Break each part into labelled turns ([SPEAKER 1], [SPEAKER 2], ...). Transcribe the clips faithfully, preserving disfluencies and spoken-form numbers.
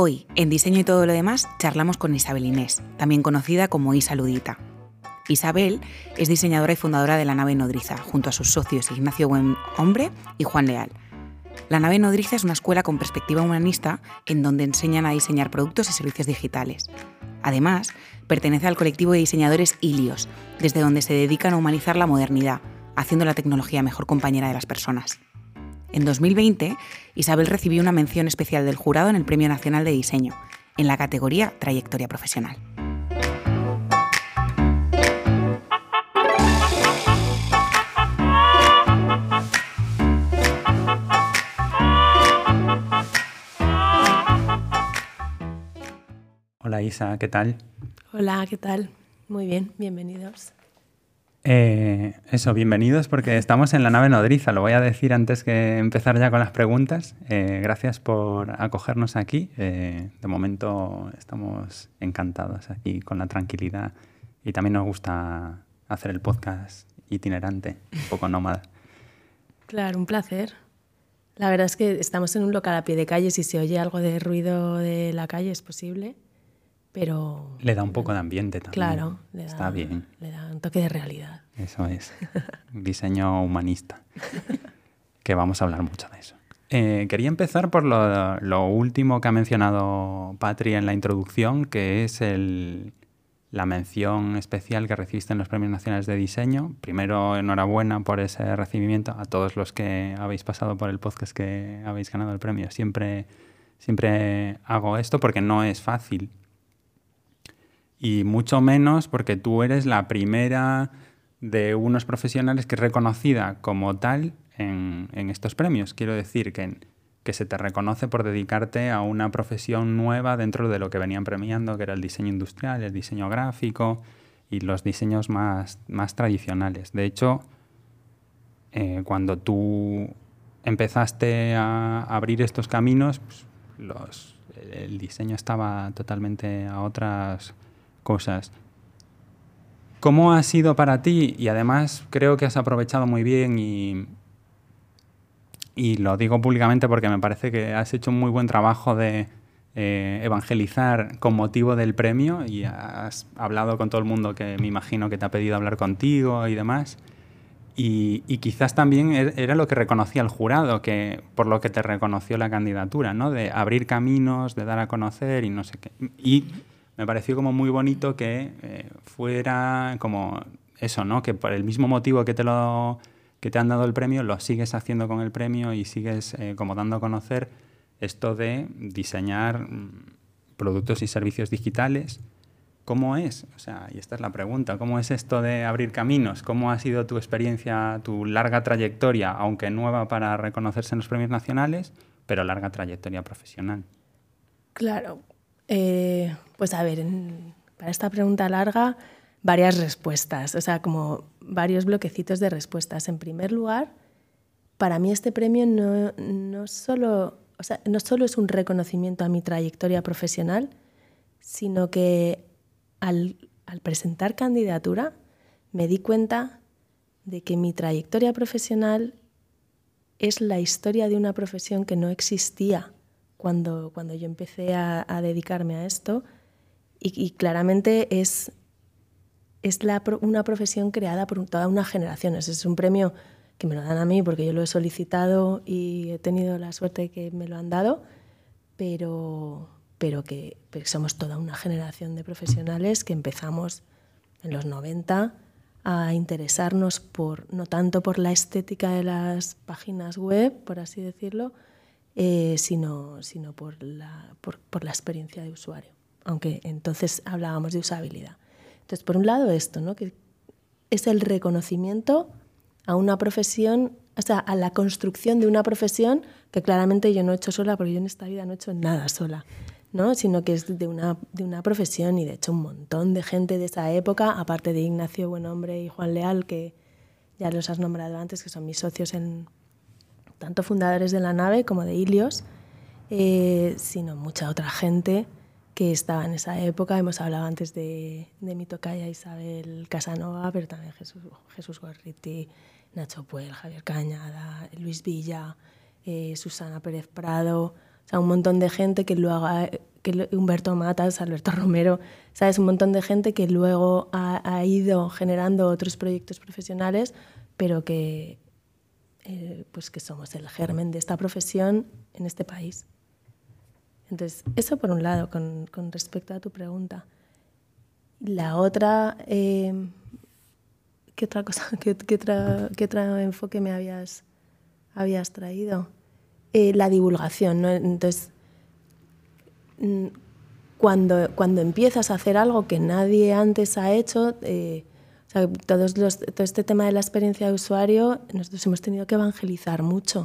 [SPEAKER 1] Hoy, en Diseño y todo lo demás, charlamos con Isabel Inés, también conocida como Isa Ludita. Isabel es diseñadora y fundadora de La Nave Nodriza, junto a sus socios Ignacio Buenhombre y Juan Leal. La Nave Nodriza es una escuela con perspectiva humanista en donde enseñan a diseñar productos y servicios digitales. Además, pertenece al colectivo de diseñadores Ilios, desde donde se dedican a humanizar la modernidad, haciendo la tecnología mejor compañera de las personas. En dos mil veinte, Isabel recibió una mención especial del jurado en el Premio Nacional de Diseño, en la categoría Trayectoria Profesional.
[SPEAKER 2] Hola Isa, ¿qué tal?
[SPEAKER 3] Hola, ¿qué tal? Muy bien, bienvenidos.
[SPEAKER 2] Eh, eso, bienvenidos porque estamos en La Nave Nodriza, lo voy a decir antes que empezar ya con las preguntas. Eh, gracias por acogernos aquí. Eh, de momento estamos encantados aquí con la tranquilidad y también nos gusta hacer el podcast itinerante, un poco nómada.
[SPEAKER 3] Claro, un placer. La verdad es que estamos en un local a pie de calle, si se oye algo de ruido de la calle es posible. Pero
[SPEAKER 2] le da un poco de ambiente también.
[SPEAKER 3] Claro, le da,
[SPEAKER 2] está bien.
[SPEAKER 3] Le da un toque de realidad.
[SPEAKER 2] Eso es, diseño humanista, que vamos a hablar mucho de eso. Eh, quería empezar por lo, lo último que ha mencionado Patri en la introducción, que es el, la mención especial que recibiste en los Premios Nacionales de Diseño. Primero, enhorabuena por ese recibimiento a todos los que habéis pasado por el podcast que habéis ganado el premio. Siempre, siempre hago esto porque no es fácil. Y mucho menos porque tú eres la primera de unos profesionales que es reconocida como tal en, en estos premios. Quiero decir que, que se te reconoce por dedicarte a una profesión nueva dentro de lo que venían premiando, que era el diseño industrial, el diseño gráfico y los diseños más, más tradicionales. De hecho, eh, cuando tú empezaste a abrir estos caminos, pues los, el diseño estaba totalmente a otras cosas. ¿Cómo ha sido para ti? Y además creo que has aprovechado muy bien y, y lo digo públicamente porque me parece que has hecho un muy buen trabajo de eh, evangelizar con motivo del premio y has hablado con todo el mundo que me imagino que te ha pedido hablar contigo y demás. Y, y quizás también era lo que reconocía el jurado, que por lo que te reconoció la candidatura, ¿no? De abrir caminos, de dar a conocer y no sé qué. Y me pareció como muy bonito que eh, fuera como eso, ¿no? Que por el mismo motivo que te, lo, que te han dado el premio, lo sigues haciendo con el premio y sigues eh, como dando a conocer esto de diseñar mm, productos y servicios digitales. ¿Cómo es? O sea, y esta es la pregunta, ¿cómo es esto de abrir caminos? ¿Cómo ha sido tu experiencia, tu larga trayectoria, aunque nueva para reconocerse en los premios nacionales, pero larga trayectoria profesional?
[SPEAKER 3] Claro. Eh, pues a ver, en, para esta pregunta larga, varias respuestas, o sea, como varios bloquecitos de respuestas. En primer lugar, para mí este premio no, no, solo, o sea, no solo es un reconocimiento a mi trayectoria profesional, sino que al, al presentar candidatura me di cuenta de que mi trayectoria profesional es la historia de una profesión que no existía Cuando, cuando yo empecé a, a dedicarme a esto y, y claramente es, es la, una profesión creada por toda una generación. Es un premio que me lo dan a mí porque yo lo he solicitado y he tenido la suerte de que me lo han dado, pero, pero que pero somos toda una generación de profesionales que empezamos en los noventa a interesarnos por, no tanto por la estética de las páginas web, por así decirlo, Eh, sino, sino por, la, por, por la experiencia de usuario, aunque entonces hablábamos de usabilidad. Entonces, por un lado esto, ¿no? Que es el reconocimiento a una profesión, o sea, a la construcción de una profesión que claramente yo no he hecho sola, porque yo en esta vida no he hecho nada sola, ¿no? Sino que es de una, de una profesión y de hecho un montón de gente de esa época, aparte de Ignacio Buenhombre y Juan Leal, que ya los has nombrado antes, que son mis socios en tanto fundadores de La Nave como de Ilios, eh, sino mucha otra gente que estaba en esa época. Hemos hablado antes de, de mi tocaya Isabel Casanova, pero también Jesús, Jesús Gorriti, Nacho Puel, Javier Cañada, Luis Villa, eh, Susana Pérez Prado, o sea, un montón de gente que luego, que Humberto Matas, Alberto Romero, ¿sabes? Un montón de gente que luego ha, ha ido generando otros proyectos profesionales, pero que, eh, pues que somos el germen de esta profesión en este país. Entonces, eso por un lado, con, con respecto a tu pregunta. La otra, eh, ¿qué otra cosa, qué, qué, otra, qué otro enfoque me habías, habías traído? Eh, la divulgación, ¿no? Entonces, cuando, cuando empiezas a hacer algo que nadie antes ha hecho, eh, o sea, todos los, todo este tema de la experiencia de usuario, nosotros hemos tenido que evangelizar mucho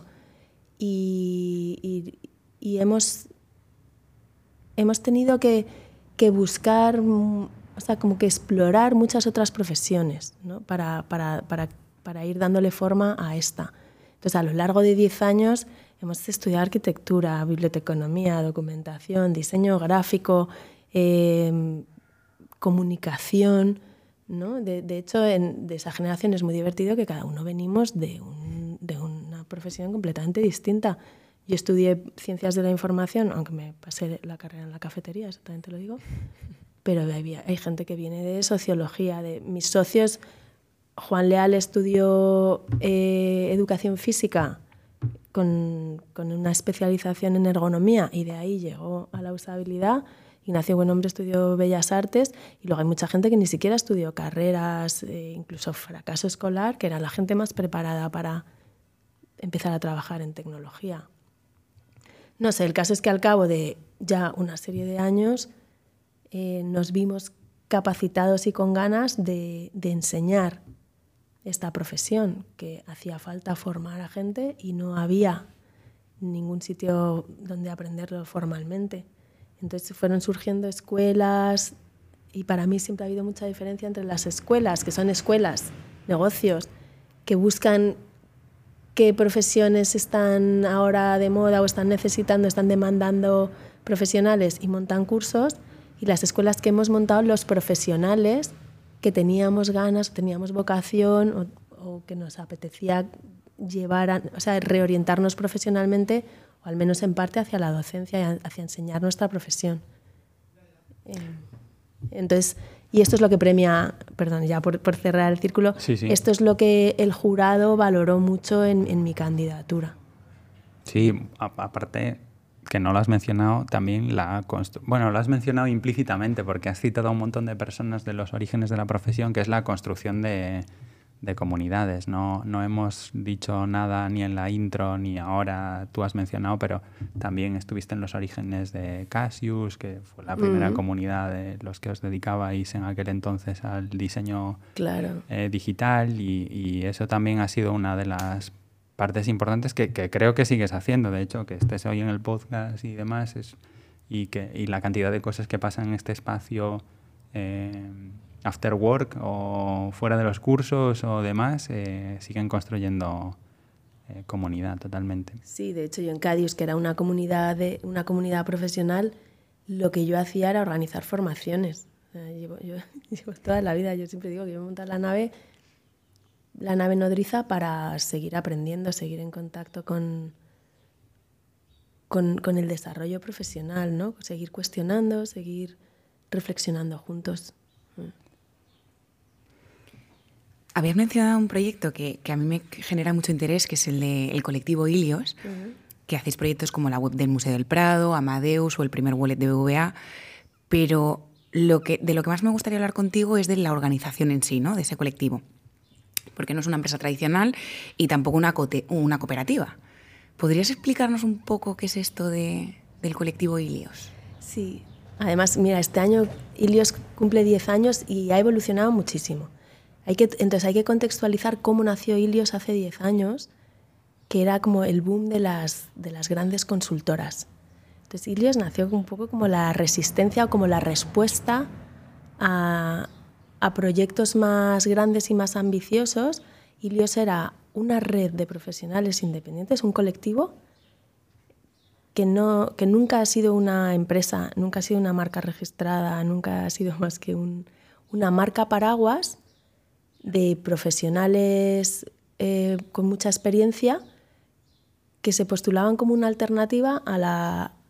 [SPEAKER 3] y, y, y hemos, hemos tenido que, que buscar, o sea, como que explorar muchas otras profesiones, ¿no? para, para, para, para ir dándole forma a esta. Entonces, a lo largo de diez años hemos estudiado arquitectura, biblioteconomía, documentación, diseño gráfico, eh, comunicación, ¿no? De, de hecho, en, de esa generación es muy divertido que cada uno venimos de, un, de una profesión completamente distinta. Yo estudié Ciencias de la Información, aunque me pasé la carrera en la cafetería, exactamente lo digo, pero había, hay gente que viene de Sociología. De mis socios, Juan Leal estudió eh, Educación Física, Con, con una especialización en ergonomía, y de ahí llegó a la usabilidad. Ignacio Buenhombre estudió Bellas Artes, y luego hay mucha gente que ni siquiera estudió carreras, eh, incluso fracaso escolar, que era la gente más preparada para empezar a trabajar en tecnología. No sé, el caso es que al cabo de ya una serie de años eh, nos vimos capacitados y con ganas de, de enseñar esta profesión, que hacía falta formar a gente y no había ningún sitio donde aprenderlo formalmente. Entonces fueron surgiendo escuelas, y para mí siempre ha habido mucha diferencia entre las escuelas, que son escuelas, negocios, que buscan qué profesiones están ahora de moda o están necesitando, están demandando profesionales y montan cursos, y las escuelas que hemos montado los profesionales que teníamos ganas, teníamos vocación o, o que nos apetecía llevar a, o sea, reorientarnos profesionalmente, o al menos en parte hacia la docencia y hacia enseñar nuestra profesión. Entonces, y esto es lo que premia, perdón, ya por, por cerrar el círculo,
[SPEAKER 2] sí, sí.
[SPEAKER 3] Esto es lo que el jurado valoró mucho en, en mi candidatura.
[SPEAKER 2] Sí, a, aparte que no lo has mencionado, también la constru- bueno, lo has mencionado implícitamente porque has citado a un montón de personas de los orígenes de la profesión, que es la construcción de, de comunidades. No, no hemos dicho nada ni en la intro ni ahora, tú has mencionado, pero también estuviste en los orígenes de Cassius, que fue la primera mm. comunidad de los que os dedicabais en aquel entonces al diseño
[SPEAKER 3] claro.
[SPEAKER 2] eh, digital, y, y eso también ha sido una de las partes importantes que, que creo que sigues haciendo. De hecho, que estés hoy en el podcast y demás, es, y, que, y la cantidad de cosas que pasan en este espacio eh, after work o fuera de los cursos o demás, eh, siguen construyendo eh, comunidad totalmente.
[SPEAKER 3] Sí, de hecho yo en Cadius, que era una comunidad, de, una comunidad profesional, lo que yo hacía era organizar formaciones. O sea, llevo, yo, llevo toda la vida, yo siempre digo que yo voy a montar la nave la nave nodriza para seguir aprendiendo, seguir en contacto con, con, con el desarrollo profesional, ¿no? Seguir cuestionando, seguir reflexionando juntos.
[SPEAKER 1] Habías mencionado un proyecto que, que a mí me genera mucho interés, que es el del colectivo Ilios, uh-huh. que hacéis proyectos como la web del Museo del Prado, Amadeus o el primer wallet de B B V A, pero lo que, de lo que más me gustaría hablar contigo es de la organización en sí, ¿no? De ese colectivo. Porque no es una empresa tradicional y tampoco una, cote, una cooperativa. ¿Podrías explicarnos un poco qué es esto de, del colectivo Ilios?
[SPEAKER 3] Sí, además, mira, este año Ilios cumple diez años y ha evolucionado muchísimo. Hay que, entonces hay que contextualizar cómo nació Ilios hace diez años, que era como el boom de las, de las grandes consultoras. Entonces Ilios nació un poco como la resistencia o como la respuesta a... a proyectos más grandes y más ambiciosos. Ilios era una red de profesionales independientes, un colectivo que, no, que nunca ha sido una empresa, nunca ha sido una marca registrada, nunca ha sido más que un, una marca paraguas de profesionales eh, con mucha experiencia que se postulaban como una alternativa a la,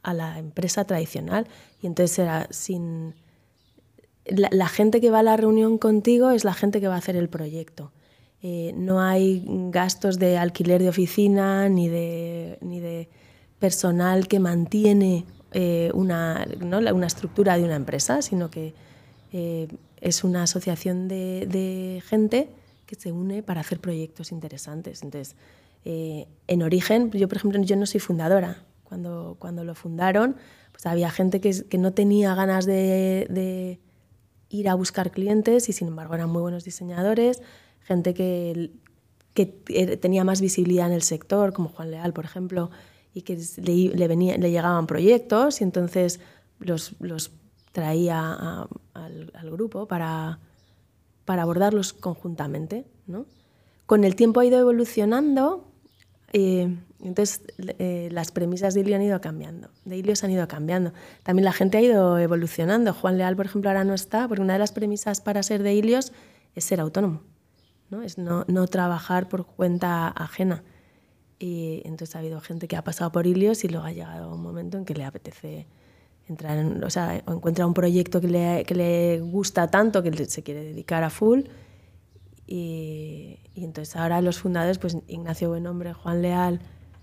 [SPEAKER 3] a la empresa tradicional. Y entonces era sin... La, la gente que va a la reunión contigo es la gente que va a hacer el proyecto. Eh, no hay gastos de alquiler de oficina ni de, ni de personal que mantiene eh, una, ¿no? una estructura de una empresa, sino que eh, es una asociación de, de gente que se une para hacer proyectos interesantes. Entonces, eh, en origen, yo por ejemplo, yo no soy fundadora. Cuando, cuando lo fundaron, pues había gente que, que no tenía ganas de, de ir a buscar clientes y sin embargo eran muy buenos diseñadores, gente que, que tenía más visibilidad en el sector, como Juan Leal, por ejemplo, y que le, le, venía, le llegaban proyectos y entonces los, los traía a, al, al grupo para, para abordarlos conjuntamente, ¿no? Con el tiempo ha ido evolucionando, eh, entonces eh, las premisas de Ilio han ido cambiando, de Ilios han ido cambiando. También la gente ha ido evolucionando. Juan Leal, por ejemplo, ahora no está, porque una de las premisas para ser de Ilios es ser autónomo, ¿no? Es no, no trabajar por cuenta ajena. Y entonces ha habido gente que ha pasado por Ilios y luego ha llegado un momento en que le apetece entrar en, o sea, o encuentra un proyecto que le, que le gusta tanto que se quiere dedicar a full. Y, y entonces ahora los fundadores, pues Ignacio Buenombre, Juan Leal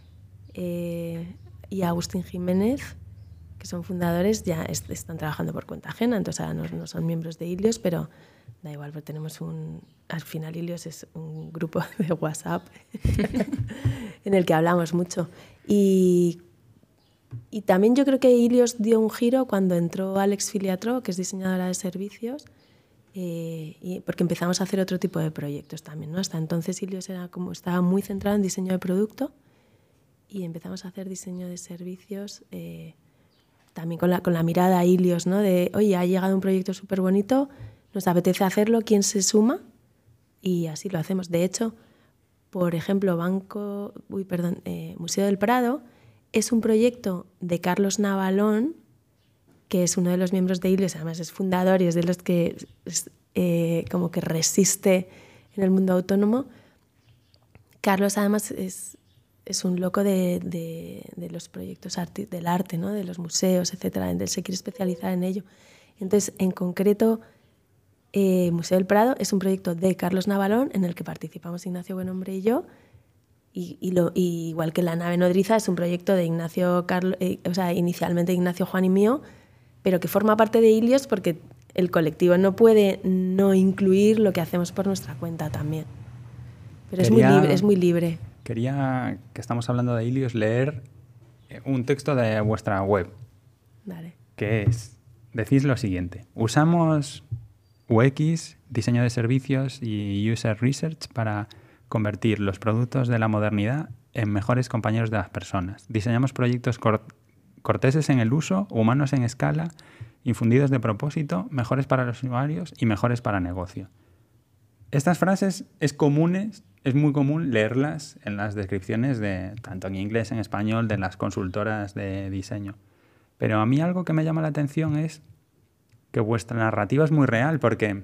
[SPEAKER 3] eh, y Agustín Jiménez, que son fundadores, ya est están trabajando por cuenta ajena, entonces ahora no, no son miembros de Ilios, pero da igual, porque tenemos un... Al final Ilios es un grupo de WhatsApp en el que hablamos mucho. Y, y también yo creo que Ilios dio un giro cuando entró Alex Filiatro, que es diseñadora de servicios, eh, y porque empezamos a hacer otro tipo de proyectos también, ¿no? Hasta entonces Ilios era como, estaba muy centrado en diseño de producto y empezamos a hacer diseño de servicios eh, también con la, con la mirada a Ilios, ¿no? De, oye, ha llegado un proyecto súper bonito, nos apetece hacerlo, ¿quién se suma? Y así lo hacemos. De hecho, por ejemplo, Banco, uy, perdón, eh, Museo del Prado es un proyecto de Carlos Navalón, que es uno de los miembros de Ilios, además es fundador y es de los que eh, como que resiste en el mundo autónomo. Carlos además es, es un loco de, de, de los proyectos arti del arte, ¿no? De los museos, etcétera. Él se quiere especializar en ello. Entonces, en concreto, eh, Museo del Prado es un proyecto de Carlos Navalón en el que participamos Ignacio Buenombre y yo. Y, y, lo, y igual que La Nave Nodriza es un proyecto de Ignacio, Carlos, eh, o sea, inicialmente Ignacio, Juan y mío, pero que forma parte de Ilios porque el colectivo no puede no incluir lo que hacemos por nuestra cuenta también. Pero quería, es, muy libre, es muy libre.
[SPEAKER 2] Quería, que estamos hablando de Ilios, leer un texto de vuestra web.
[SPEAKER 3] Dale.
[SPEAKER 2] Que es, decís lo siguiente: usamos U X, diseño de servicios y User Research para convertir los productos de la modernidad en mejores compañeros de las personas. Diseñamos proyectos cort corteses en el uso, humanos en escala, infundidos de propósito, mejores para los usuarios y mejores para negocio. Estas frases es comunes, es muy común leerlas en las descripciones de, tanto en inglés, en español, de las consultoras de diseño. Pero a mí algo que me llama la atención es que vuestra narrativa es muy real, porque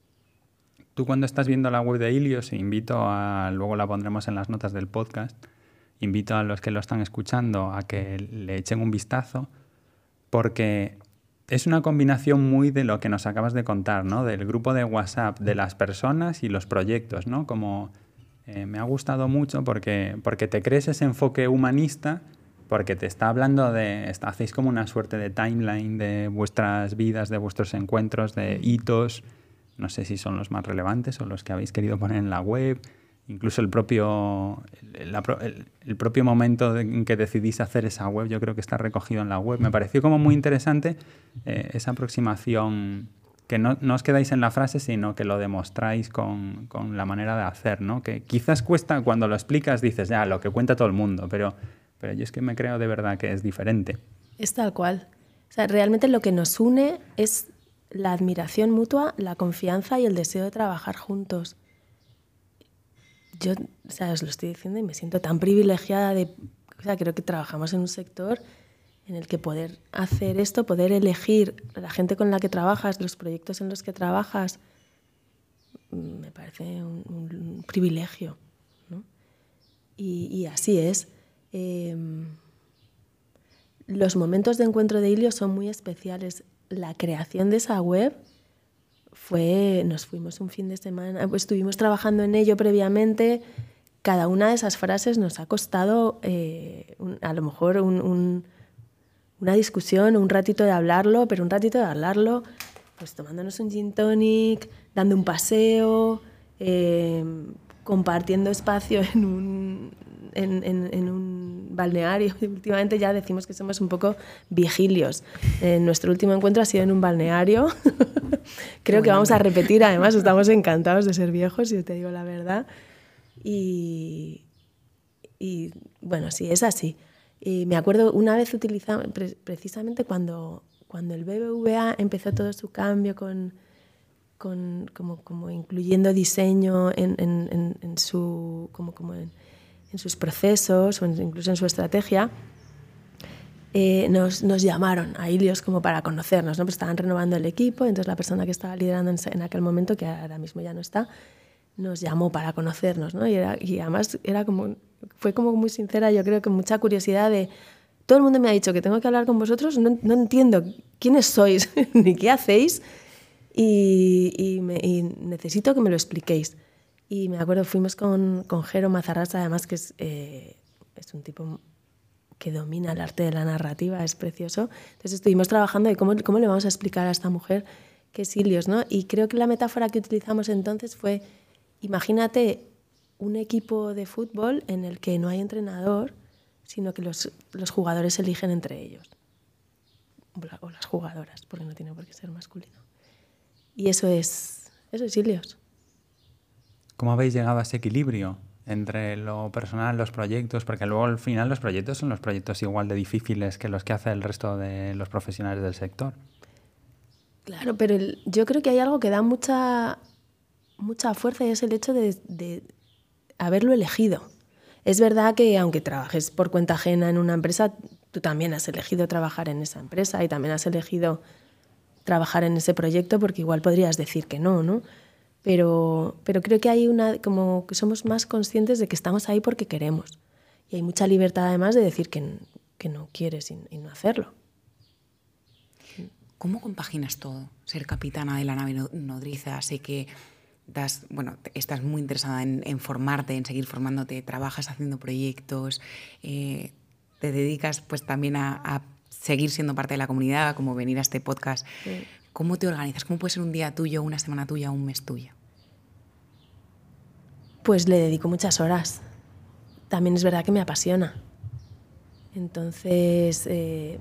[SPEAKER 2] tú cuando estás viendo la web de Ilios, invito a, luego la pondremos en las notas del podcast, invito a los que lo están escuchando a que le echen un vistazo, porque es una combinación muy de lo que nos acabas de contar, ¿no? Del grupo de WhatsApp, de las personas y los proyectos, ¿no? Como eh, me ha gustado mucho porque, porque te crees ese enfoque humanista, porque te está hablando de... Está, hacéis como una suerte de timeline de vuestras vidas, de vuestros encuentros, de hitos. No sé si son los más relevantes o los que habéis querido poner en la web. Incluso el propio, el, el, el propio momento en que decidís hacer esa web, yo creo que está recogido en la web. Me pareció como muy interesante eh, esa aproximación, que no, no os quedáis en la frase, sino que lo demostráis con, con la manera de hacer, ¿no? Que quizás cuesta, cuando lo explicas, dices, ya, lo que cuenta todo el mundo, pero, pero yo es que me creo de verdad que es diferente.
[SPEAKER 3] Es tal cual. O sea, realmente lo que nos une es la admiración mutua, la confianza y el deseo de trabajar juntos. Yo, o sea, os lo estoy diciendo y me siento tan privilegiada de... O sea, creo que trabajamos en un sector en el que poder hacer esto, poder elegir la gente con la que trabajas, los proyectos en los que trabajas, me parece un, un privilegio, ¿no? Y, y así es. Eh, los momentos de encuentro de Ilios son muy especiales. La creación de esa web fue, nos fuimos un fin de semana, pues estuvimos trabajando en ello previamente. Cada una de esas frases nos ha costado eh, un, a lo mejor un, un, una discusión, un ratito de hablarlo, pero un ratito de hablarlo, pues tomándonos un gin tonic, dando un paseo, eh, compartiendo espacio en un, en, en, en un balneario. Y últimamente ya decimos que somos un poco viejilios. Eh, nuestro último encuentro ha sido en un balneario. Creo que vamos a repetir, además estamos encantados de ser viejos, si te digo la verdad. Y, y bueno, sí, es así. Y me acuerdo una vez utilizamos, pre precisamente cuando, cuando el B B V A empezó todo su cambio con, con como, como incluyendo diseño en, en, en, en, su, como, como en, en sus procesos o en, incluso en su estrategia, eh, nos, nos llamaron a Ilios como para conocernos, ¿no? Pues estaban renovando el equipo, entonces la persona que estaba liderando en, en aquel momento, que ahora mismo ya no está, nos llamó para conocernos, ¿no? Y, era, y además era como, fue como muy sincera, yo creo que mucha curiosidad de... Todo el mundo me ha dicho que tengo que hablar con vosotros, no, no entiendo quiénes sois ni qué hacéis y, y, me, y necesito que me lo expliquéis. Y me acuerdo, fuimos con, con Jero Mazarrasa, además que es, eh, es un tipo que domina el arte de la narrativa, es precioso. Entonces estuvimos trabajando de cómo, cómo le vamos a explicar a esta mujer qué es Ilios, ¿no? Y creo que la metáfora que utilizamos entonces fue... Imagínate un equipo de fútbol en el que no hay entrenador, sino que los, los jugadores eligen entre ellos. O las jugadoras, porque no tiene por qué ser masculino. Y eso es, eso es Ilios.
[SPEAKER 2] ¿Cómo habéis llegado a ese equilibrio entre lo personal, los proyectos? Porque luego al final los proyectos son los proyectos igual de difíciles que los que hace el resto de los profesionales del sector.
[SPEAKER 3] Claro, pero el, yo creo que hay algo que da mucha... mucha fuerza y es el hecho de, de haberlo elegido. Es verdad que aunque trabajes por cuenta ajena en una empresa, tú también has elegido trabajar en esa empresa y también has elegido trabajar en ese proyecto porque igual podrías decir que no, ¿no? Pero, pero creo que hay una, como que somos más conscientes de que estamos ahí porque queremos. Y hay mucha libertad además de decir que, que no quieres y, y no hacerlo.
[SPEAKER 1] ¿Cómo compaginas todo? Ser capitana de la nave nodriza, sé que Das, bueno, estás muy interesada en, en formarte, en seguir formándote, trabajas haciendo proyectos, eh, te dedicas pues también a, a seguir siendo parte de la comunidad, como venir a este podcast. Sí. ¿Cómo te organizas? ¿Cómo puede ser un día tuyo, una semana tuya, un mes tuyo?
[SPEAKER 3] Pues le dedico muchas horas. También es verdad que me apasiona. Entonces, eh,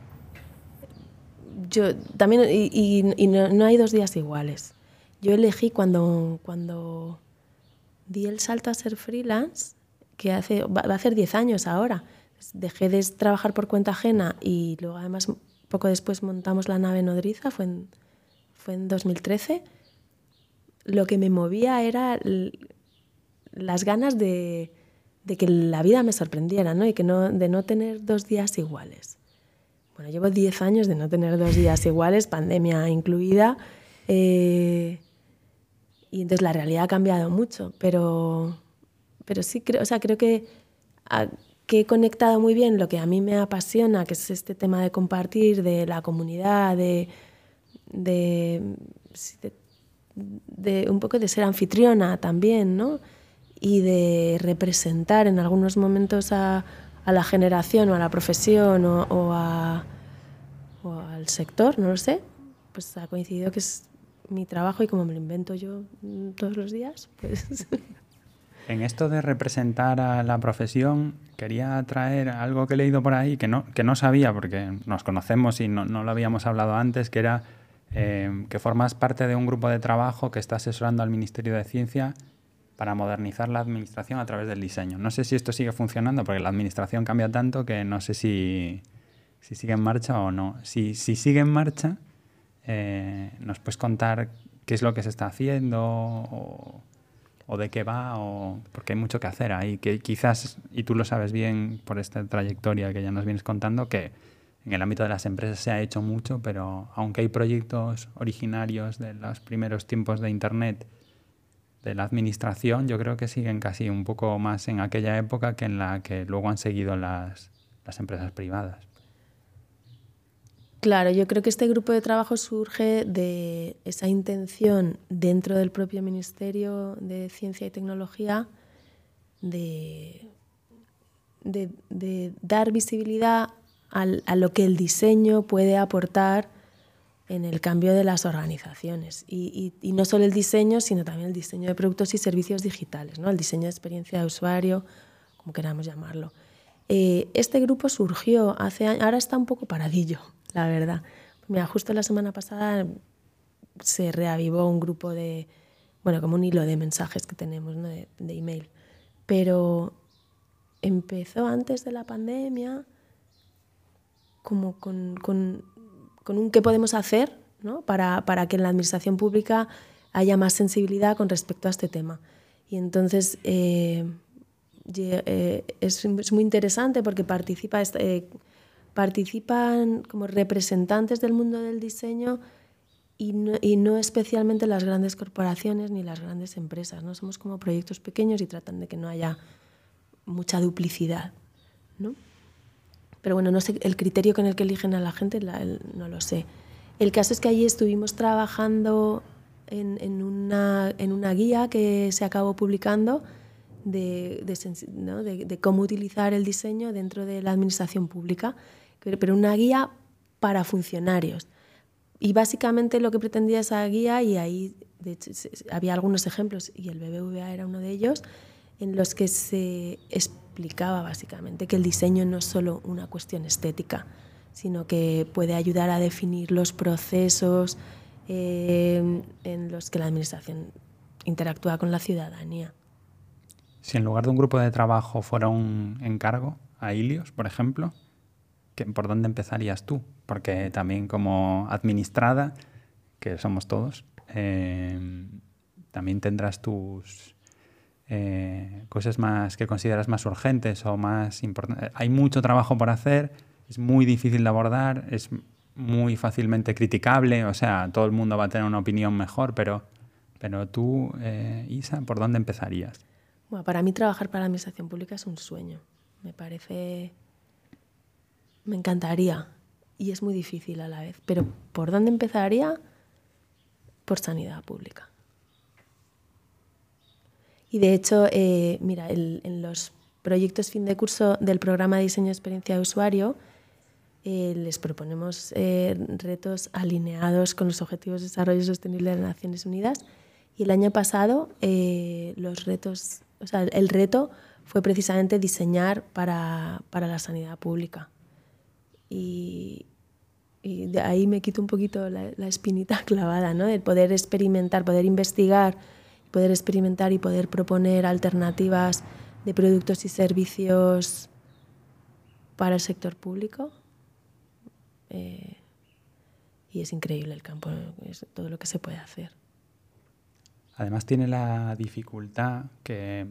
[SPEAKER 3] yo también, y, y, y no, no hay dos días iguales. Yo elegí cuando, cuando di el salto a ser freelance, que hace, va a hacer diez años ahora. Dejé de trabajar por cuenta ajena y luego además poco después montamos la nave nodriza, fue en, fue en dos mil trece. Lo que me movía era el, las ganas de, de que la vida me sorprendiera, ¿no? Y que no, de no tener dos días iguales. Bueno, llevo diez años de no tener dos días iguales, pandemia incluida. Eh, Y entonces la realidad ha cambiado mucho, pero, pero sí creo, o sea, creo que, a, que he conectado muy bien lo que a mí me apasiona, que es este tema de compartir, de la comunidad, de, de, de, de un poco de ser anfitriona también, ¿no? Y de representar en algunos momentos a, a la generación o a la profesión o, o, a, o al sector, no lo sé, pues ha coincidido que es mi trabajo y como me lo invento yo todos los días, pues...
[SPEAKER 2] En esto de representar a la profesión, quería traer algo que he leído por ahí que no, que no sabía porque nos conocemos y no, no lo habíamos hablado antes, que era eh, que formas parte de un grupo de trabajo que está asesorando al Ministerio de Ciencia para modernizar la administración a través del diseño. No sé si esto sigue funcionando porque la administración cambia tanto que no sé si, si sigue en marcha o no. Si, si sigue en marcha... Eh, ¿nos puedes contar qué es lo que se está haciendo o, o de qué va? O, porque hay mucho que hacer ahí, que quizás, y tú lo sabes bien por esta trayectoria que ya nos vienes contando, que en el ámbito de las empresas se ha hecho mucho, pero aunque hay proyectos originarios de los primeros tiempos de Internet, de la administración, yo creo que siguen casi un poco más en aquella época que en la que luego han seguido las, las empresas privadas.
[SPEAKER 3] Claro, yo creo que este grupo de trabajo surge de esa intención dentro del propio Ministerio de Ciencia y Tecnología de, de, de dar visibilidad al, a lo que el diseño puede aportar en el cambio de las organizaciones. Y, y, y no solo el diseño, sino también el diseño de productos y servicios digitales, ¿no? El diseño de experiencia de usuario, como queramos llamarlo. Eh, este grupo surgió hace años, ahora está un poco paradillo, la verdad. Mira, justo la semana pasada se reavivó un grupo de, bueno, como un hilo de mensajes que tenemos, ¿no? de, de email. Pero empezó antes de la pandemia como con, con, con un qué podemos hacer, ¿no? para, para que en la administración pública haya más sensibilidad con respecto a este tema. Y entonces eh, eh, es, es muy interesante porque participa, eh, participan como representantes del mundo del diseño y no, y no especialmente las grandes corporaciones ni las grandes empresas, ¿no? Somos como proyectos pequeños y tratan de que no haya mucha duplicidad, ¿no? Pero bueno, no sé el criterio con el que eligen a la gente, la, el, no lo sé. El caso es que allí estuvimos trabajando en, en, una, en una guía que se acabó publicando de, de, ¿no? de, de cómo utilizar el diseño dentro de la administración pública, pero, pero una guía para funcionarios. Y básicamente lo que pretendía esa guía, y ahí de hecho, había algunos ejemplos, y el B B V A era uno de ellos, en los que se explicaba básicamente que el diseño no es solo una cuestión estética, sino que puede ayudar a definir los procesos eh, en los que la administración interactúa con la ciudadanía.
[SPEAKER 2] Si en lugar de un grupo de trabajo fuera un encargo a Ilios, por ejemplo, ¿por dónde empezarías tú? Porque también como administrada, que somos todos, eh, también tendrás tus eh, cosas más que consideras más urgentes o más importantes. Hay mucho trabajo por hacer, es muy difícil de abordar, es muy fácilmente criticable, o sea, todo el mundo va a tener una opinión mejor, pero, pero tú, eh, Isa, ¿por dónde empezarías?
[SPEAKER 3] Bueno, para mí trabajar para la administración pública es un sueño. Me parece... Me encantaría y es muy difícil a la vez. Pero ¿por dónde empezaría? Por sanidad pública. Y de hecho, eh, mira, el, en los proyectos fin de curso del programa de diseño de experiencia de usuario eh, les proponemos eh, retos alineados con los Objetivos de Desarrollo Sostenible de las Naciones Unidas. Y el año pasado eh, los retos, o sea, el reto fue precisamente diseñar para, para la sanidad pública. Y, y de ahí me quito un poquito la, la espinita clavada, ¿no? El poder experimentar, poder investigar, poder experimentar y poder proponer alternativas de productos y servicios para el sector público. Eh, y es increíble el campo, es todo lo que se puede hacer.
[SPEAKER 2] Además tiene la dificultad que,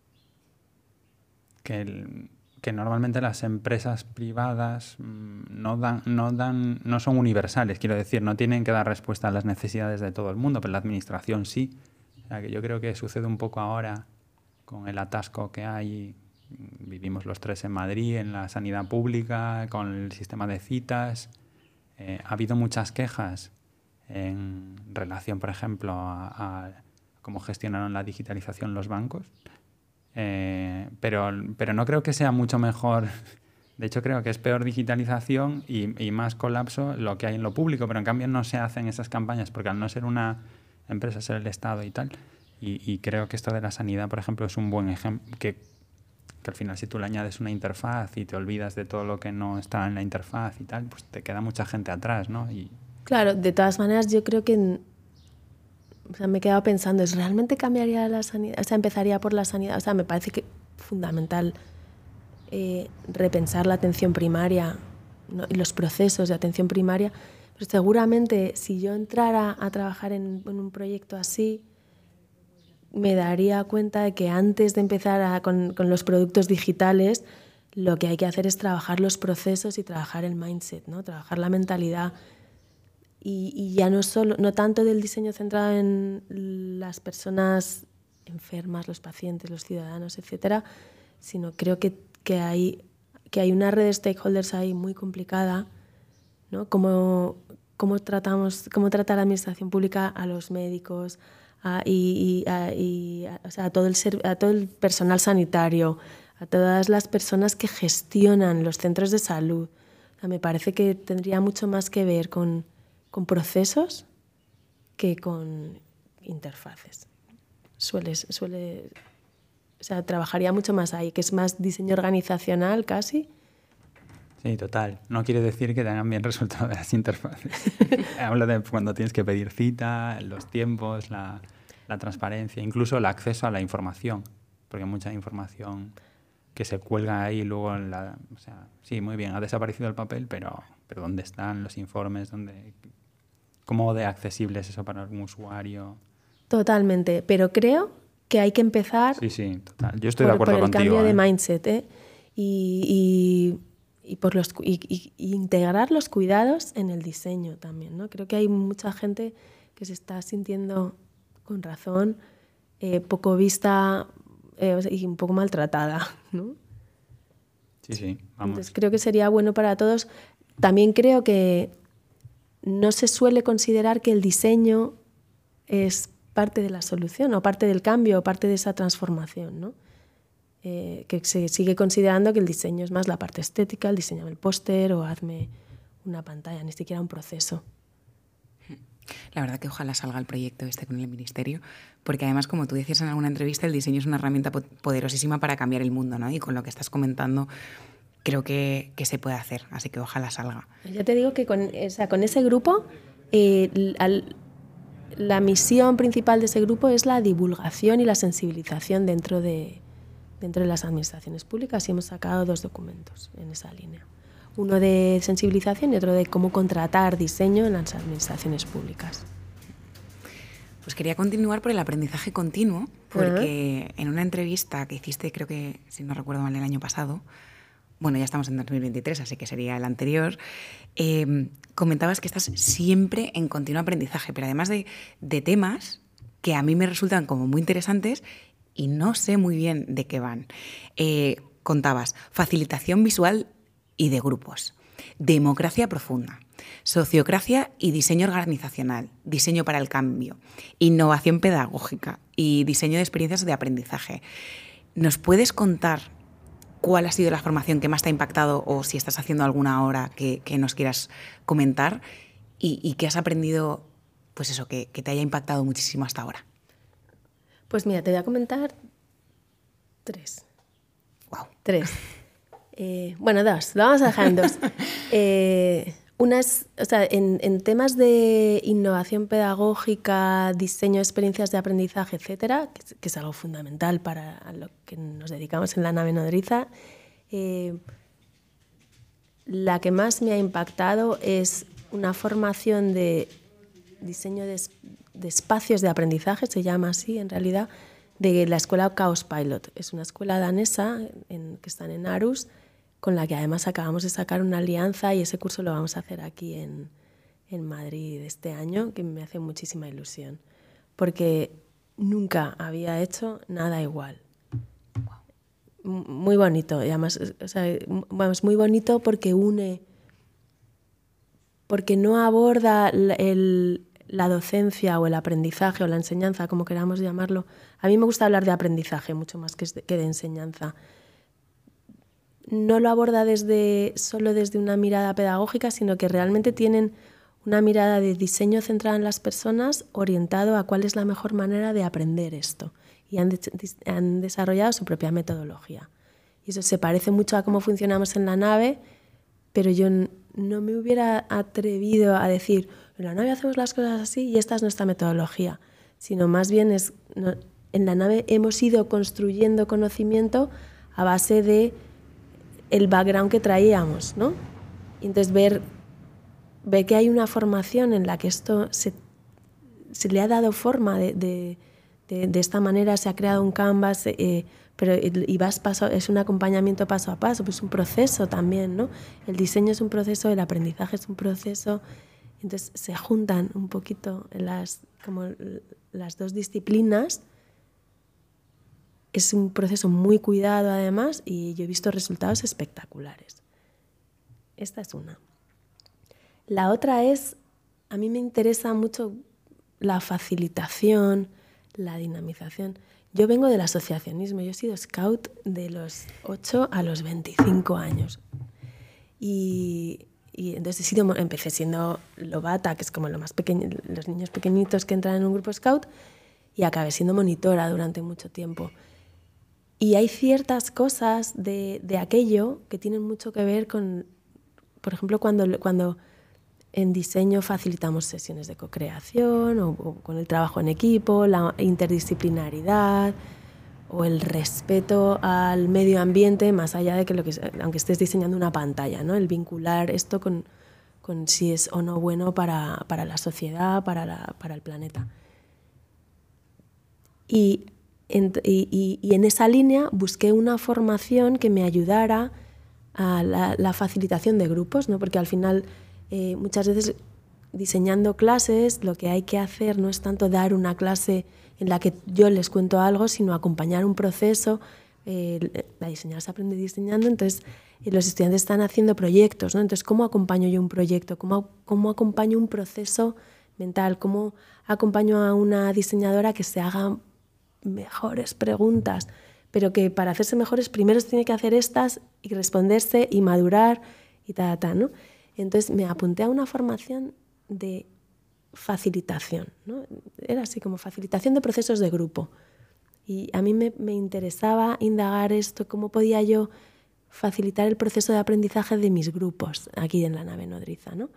[SPEAKER 2] que, el, que normalmente las empresas privadas no, dan, no, dan, no son universales, quiero decir, no tienen que dar respuesta a las necesidades de todo el mundo, pero la administración sí. O sea, que yo creo que sucede un poco ahora con el atasco que hay. Vivimos los tres en Madrid, en la sanidad pública, con el sistema de citas. Eh, ha habido muchas quejas en relación, por ejemplo, a, a cómo gestionaron la digitalización los bancos. Eh, pero, pero no creo que sea mucho mejor. De hecho, creo que es peor digitalización y, y más colapso lo que hay en lo público, pero en cambio no se hacen esas campañas porque al no ser una empresa, ser el Estado y tal. Y, y creo que esto de la sanidad, por ejemplo, es un buen ejemplo, que, que al final si tú le añades una interfaz y te olvidas de todo lo que no está en la interfaz y tal, pues te queda mucha gente atrás, ¿no? Y...
[SPEAKER 3] Claro, de todas maneras yo creo que... O sea, me he quedado pensando, ¿es realmente cambiaría la sanidad? O sea, empezaría por la sanidad. O sea, me parece que es fundamental eh, repensar la atención primaria, ¿no? Y los procesos de atención primaria. Pero seguramente si yo entrara a trabajar en, en un proyecto así, me daría cuenta de que antes de empezar a, con, con los productos digitales, lo que hay que hacer es trabajar los procesos y trabajar el mindset, ¿no? Trabajar la mentalidad. Y, y ya no, solo, no tanto del diseño centrado en las personas enfermas, los pacientes, los ciudadanos, etcétera, sino creo que, que, hay, que hay una red de stakeholders ahí muy complicada, ¿no? Cómo, cómo, tratamos, cómo trata la administración pública a los médicos a, y, y, a, y a, o sea, a, todo el ser, a todo el personal sanitario, a todas las personas que gestionan los centros de salud. O sea, me parece que tendría mucho más que ver con, con procesos que con interfaces. Suele, suele, o sea, trabajaría mucho más ahí, que es más diseño organizacional casi.
[SPEAKER 2] Sí, total. No quiere decir que tengan bien resultado de las interfaces. Hablo de cuando tienes que pedir cita, los tiempos, la, la transparencia, incluso el acceso a la información, porque mucha información que se cuelga ahí luego en la... O sea, sí, muy bien, ha desaparecido el papel, pero, pero ¿dónde están los informes? ¿Dónde, ¿Cómo de accesible es eso para algún usuario?
[SPEAKER 3] Totalmente, pero creo que hay que empezar...
[SPEAKER 2] Sí, sí, total. Yo estoy
[SPEAKER 3] por,
[SPEAKER 2] de acuerdo
[SPEAKER 3] por el
[SPEAKER 2] contigo.
[SPEAKER 3] cambio
[SPEAKER 2] ¿eh?
[SPEAKER 3] de mindset, ¿eh? Y... y Y, por los, y, y, y integrar los cuidados en el diseño también, ¿no? Creo que hay mucha gente que se está sintiendo, con razón, eh, poco vista eh, y un poco maltratada, ¿no?
[SPEAKER 2] Sí, sí, vamos.
[SPEAKER 3] Entonces creo que sería bueno para todos. También creo que no se suele considerar que el diseño es parte de la solución o parte del cambio o parte de esa transformación, ¿no? Eh, que se sigue considerando que el diseño es más la parte estética, el diseño del póster o hazme una pantalla, ni siquiera un proceso.
[SPEAKER 1] La verdad que ojalá salga el proyecto este con el Ministerio, porque además, como tú decías en alguna entrevista, el diseño es una herramienta poderosísima para cambiar el mundo, ¿no? Y con lo que estás comentando creo que, que se puede hacer, así que ojalá salga.
[SPEAKER 3] Ya te digo que con, o sea, con ese grupo, eh, al, la misión principal de ese grupo es la divulgación y la sensibilización dentro de... dentro de las administraciones públicas, y hemos sacado dos documentos en esa línea. Uno de sensibilización y otro de cómo contratar diseño en las administraciones públicas.
[SPEAKER 1] Pues quería continuar por el aprendizaje continuo, porque uh-huh. en una entrevista que hiciste, creo que, si no recuerdo mal, el año pasado, bueno, ya estamos en dos mil veintitrés, así que sería el anterior, eh, comentabas que estás siempre en continuo aprendizaje, pero además de, de temas que a mí me resultan como muy interesantes y no sé muy bien de qué van. Eh, contabas facilitación visual y de grupos, democracia profunda, sociocracia y diseño organizacional, diseño para el cambio, innovación pedagógica y diseño de experiencias de aprendizaje. ¿Nos puedes contar cuál ha sido la formación que más te ha impactado o si estás haciendo alguna ahora que, que nos quieras comentar y, y qué has aprendido, pues eso, que, que te haya impactado muchísimo hasta ahora?
[SPEAKER 3] Pues mira, te voy a comentar tres.
[SPEAKER 1] Wow.
[SPEAKER 3] Tres. Eh, bueno, dos. Lo vamos a dejar en dos. Eh, una es, o sea, en, en temas de innovación pedagógica, diseño de experiencias de aprendizaje, etcétera, que es, que es algo fundamental para lo que nos dedicamos en la nave nodriza, eh, la que más me ha impactado es una formación de diseño de de espacios de aprendizaje, se llama así en realidad, de la escuela Chaos Pilot. Es una escuela danesa en, que está en Aarhus, con la que además acabamos de sacar una alianza y ese curso lo vamos a hacer aquí en, en Madrid este año, que me hace muchísima ilusión, porque nunca había hecho nada igual. Muy bonito, y además, o sea, vamos, muy bonito porque une, porque no aborda el... la docencia o el aprendizaje o la enseñanza, como queramos llamarlo. A mí me gusta hablar de aprendizaje mucho más que de enseñanza. No lo aborda desde, solo desde una mirada pedagógica, sino que realmente tienen una mirada de diseño centrada en las personas, orientado a cuál es la mejor manera de aprender esto. Y han, de, han desarrollado su propia metodología. Y eso se parece mucho a cómo funcionamos en la nave, pero yo no me hubiera atrevido a decir, en la nave hacemos las cosas así y esta es nuestra metodología, sino más bien es, no, en la nave hemos ido construyendo conocimiento a base de el background que traíamos, ¿no? Y entonces ver, ver que hay una formación en la que esto se, se le ha dado forma de, de, de, de esta manera, se ha creado un canvas, eh, pero y vas paso, es un acompañamiento paso a paso, pues es un proceso también, ¿no? El diseño es un proceso, el aprendizaje es un proceso. Entonces se juntan un poquito las, como las dos disciplinas. Es un proceso muy cuidado además y yo he visto resultados espectaculares. Esta es una. La otra es, a mí me interesa mucho la facilitación, la dinamización. Yo vengo del asociacionismo, yo he sido scout de los ocho a los veinticinco años. Y, y entonces he sido, empecé siendo lobata, que es como lo más pequeño, los niños pequeñitos que entran en un grupo scout, y acabé siendo monitora durante mucho tiempo. Y hay ciertas cosas de, de aquello que tienen mucho que ver con, por ejemplo, cuando, cuando en diseño facilitamos sesiones de co-creación o, o con el trabajo en equipo, la interdisciplinaridad o el respeto al medio ambiente, más allá de que, lo que aunque estés diseñando una pantalla, ¿no? El vincular esto con, con si es o no bueno para, para la sociedad, para, la, para el planeta. Y en, y, y en esa línea busqué una formación que me ayudara a la, la facilitación de grupos, ¿no? Porque al final eh, muchas veces diseñando clases lo que hay que hacer no es tanto dar una clase en la que yo les cuento algo, sino acompañar un proceso. Eh, la diseñar se aprende diseñando, entonces eh, los estudiantes están haciendo proyectos, ¿no? Entonces, ¿cómo acompaño yo un proyecto? ¿Cómo, cómo acompaño un proceso mental? ¿Cómo acompaño a una diseñadora que se haga mejores preguntas? Pero que para hacerse mejores primero se tiene que hacer estas y responderse y madurar y ta, ta, ¿no? Entonces me apunté a una formación de facilitación, ¿no? Era así como facilitación de procesos de grupo. Y a mí me, me interesaba indagar esto, cómo podía yo facilitar el proceso de aprendizaje de mis grupos aquí en la nave nodriza, ¿no?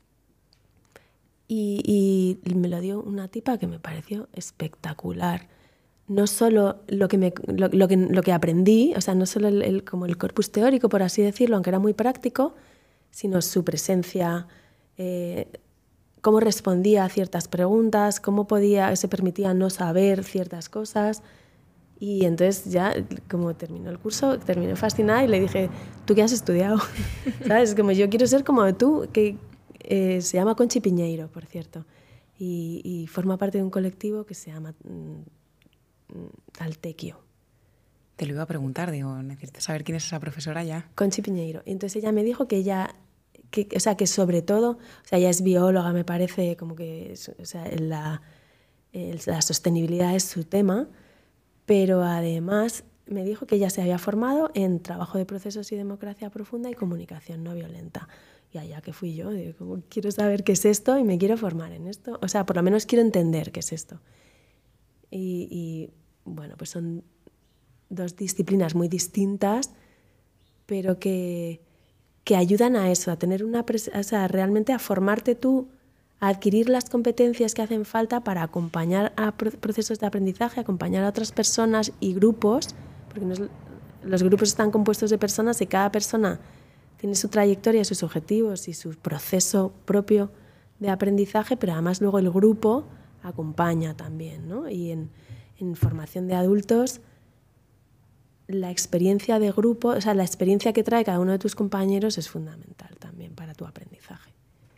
[SPEAKER 3] Y, y me lo dio una tipa que me pareció espectacular. No solo lo que, me, lo, lo que, lo que aprendí, o sea, no solo el, el, como el corpus teórico, por así decirlo, aunque era muy práctico, sino su presencia, eh, cómo respondía a ciertas preguntas, cómo podía, se permitía no saber ciertas cosas. Y entonces ya, como terminó el curso, terminé fascinada y le dije, ¿tú qué has estudiado? ¿Sabes? Como yo quiero ser como tú, que eh, se llama Conchi Piñeiro, por cierto, y, y forma parte de un colectivo que se llama mm, Altequio.
[SPEAKER 1] Te lo iba a preguntar, digo, necesito saber quién es esa profesora ya.
[SPEAKER 3] Conchi Piñeiro. Y entonces ella me dijo que ella, que, o sea, que sobre todo, o sea, ella es bióloga, me parece, como que, o sea, la, el, la sostenibilidad es su tema, pero además me dijo que ella se había formado en trabajo de procesos y democracia profunda y comunicación no violenta. Y allá que fui yo, digo, como, quiero saber qué es esto y me quiero formar en esto. O sea, por lo menos quiero entender qué es esto. Y, y bueno, pues son dos disciplinas muy distintas, pero que, que ayudan a eso, a tener una, o sea, realmente a formarte tú, a adquirir las competencias que hacen falta para acompañar a procesos de aprendizaje, acompañar a otras personas y grupos, porque no es, los grupos están compuestos de personas y cada persona tiene su trayectoria, sus objetivos y su proceso propio de aprendizaje, pero además luego el grupo acompaña también, ¿no? Y en, en formación de adultos, la experiencia de grupo, o sea, la experiencia que trae cada uno de tus compañeros es fundamental también para tu aprendizaje.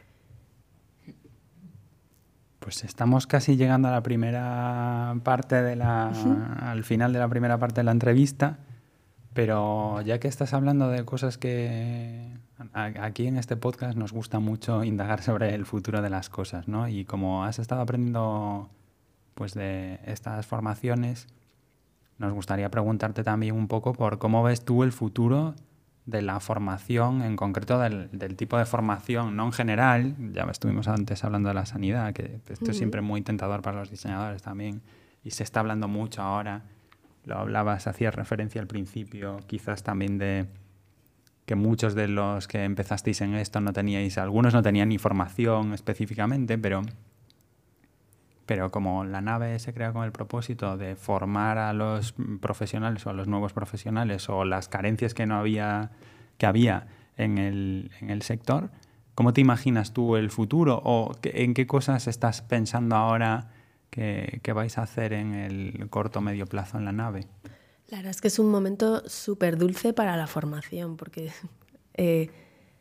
[SPEAKER 2] Pues estamos casi llegando a la primera parte de la, uh-huh. al final de la primera parte de la entrevista, pero ya que estás hablando de cosas que aquí en este podcast nos gusta mucho indagar sobre el futuro de las cosas, ¿no? Y como has estado aprendiendo pues de estas formaciones, nos gustaría preguntarte también un poco por cómo ves tú el futuro de la formación, en concreto del, del tipo de formación, no en general, ya estuvimos antes hablando de la sanidad, que esto uh-huh. es siempre muy tentador para los diseñadores también, y se está hablando mucho ahora, lo hablabas, hacías referencia al principio, quizás también de que muchos de los que empezasteis en esto no teníais, algunos no tenían ni formación específicamente, pero... Pero como la nave se crea con el propósito de formar a los profesionales o a los nuevos profesionales o las carencias que no había, que había en el, en el sector, ¿cómo te imaginas tú el futuro? ¿O en qué cosas estás pensando ahora que, que vais a hacer en el corto o medio plazo en la nave?
[SPEAKER 3] La verdad es que es un momento súper dulce para la formación, porque... Eh,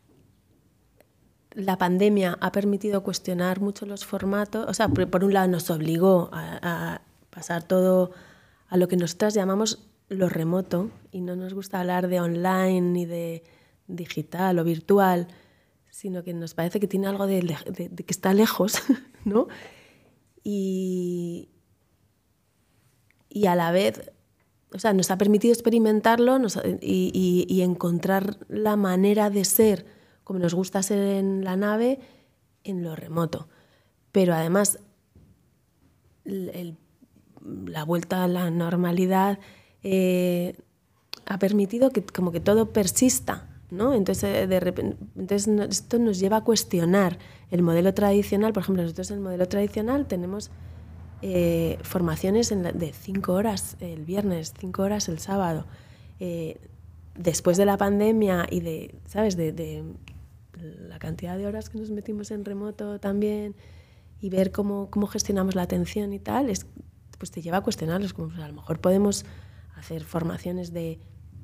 [SPEAKER 3] la pandemia ha permitido cuestionar mucho los formatos, o sea, por, por un lado nos obligó a, a pasar todo a lo que nosotras llamamos lo remoto, y no nos gusta hablar de online ni de digital o virtual, sino que nos parece que tiene algo de, de, de que está lejos, ¿no? Y, y a la vez, o sea, nos ha permitido experimentarlo nos, y, y, y encontrar la manera de ser como nos gusta ser en la nave, en lo remoto. Pero además, el, el, la vuelta a la normalidad eh, ha permitido que como que todo persista, ¿no? Entonces, de repente, entonces esto nos lleva a cuestionar el modelo tradicional. Por ejemplo, nosotros en el modelo tradicional tenemos eh, formaciones en la, de cinco horas el viernes, cinco horas el sábado. Eh, después de la pandemia y de, ¿sabes?, de, de la cantidad de horas que nos metimos en remoto también y ver cómo, cómo gestionamos la atención y tal, es, pues te lleva a cuestionarlos. Como, pues a lo mejor podemos hacer formaciones de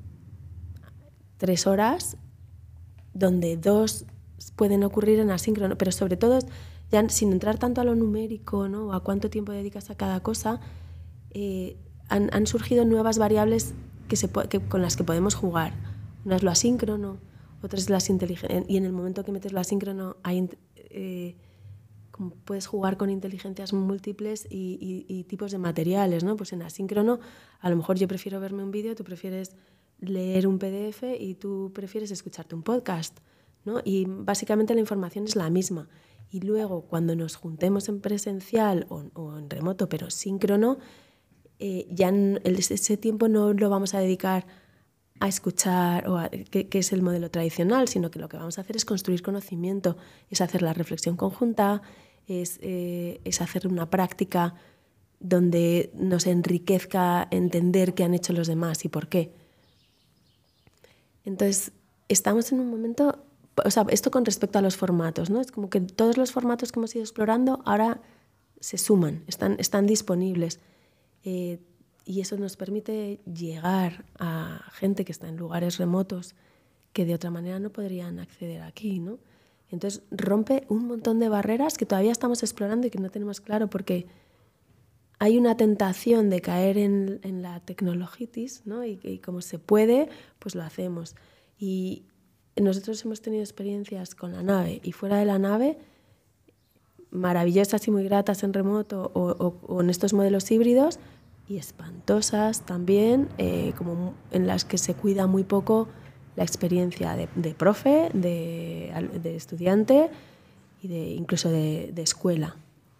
[SPEAKER 3] tres horas, donde dos pueden ocurrir en asíncrono, pero sobre todo, ya sin entrar tanto a lo numérico, ¿no?, o a cuánto tiempo dedicas a cada cosa, eh, han, han surgido nuevas variables que se, que, con las que podemos jugar. Una es lo asíncrono, otra es las inteligencias, y en el momento que metes lo asíncrono hay, eh, como puedes jugar con inteligencias múltiples y, y, y tipos de materiales, ¿no? Pues en asíncrono, a lo mejor yo prefiero verme un vídeo, tú prefieres leer un P D F y tú prefieres escucharte un podcast, ¿no? Y básicamente la información es la misma. Y luego, cuando nos juntemos en presencial o, o en remoto, pero síncrono, eh, ya en el, ese tiempo no lo vamos a dedicar a escuchar, o a, que, que es el modelo tradicional, sino que lo que vamos a hacer es construir conocimiento, es hacer la reflexión conjunta, es, eh, es hacer una práctica donde nos enriquezca entender qué han hecho los demás y por qué. Entonces, estamos en un momento, o sea, esto con respecto a los formatos, ¿no? Es como que todos los formatos que hemos ido explorando ahora se suman, están, están disponibles. Eh, y eso nos permite llegar a gente que está en lugares remotos que de otra manera no podrían acceder aquí, ¿no? Entonces, rompe un montón de barreras que todavía estamos explorando y que no tenemos claro, porque hay una tentación de caer en, en la tecnologitis, ¿no? Y, y como se puede, pues lo hacemos. Y nosotros hemos tenido experiencias con la nave y fuera de la nave, maravillosas y muy gratas en remoto o, o, o en estos modelos híbridos, y espantosas también, eh, como en las que se cuida muy poco la experiencia de, de profe, de, de estudiante y de, incluso de, de escuela.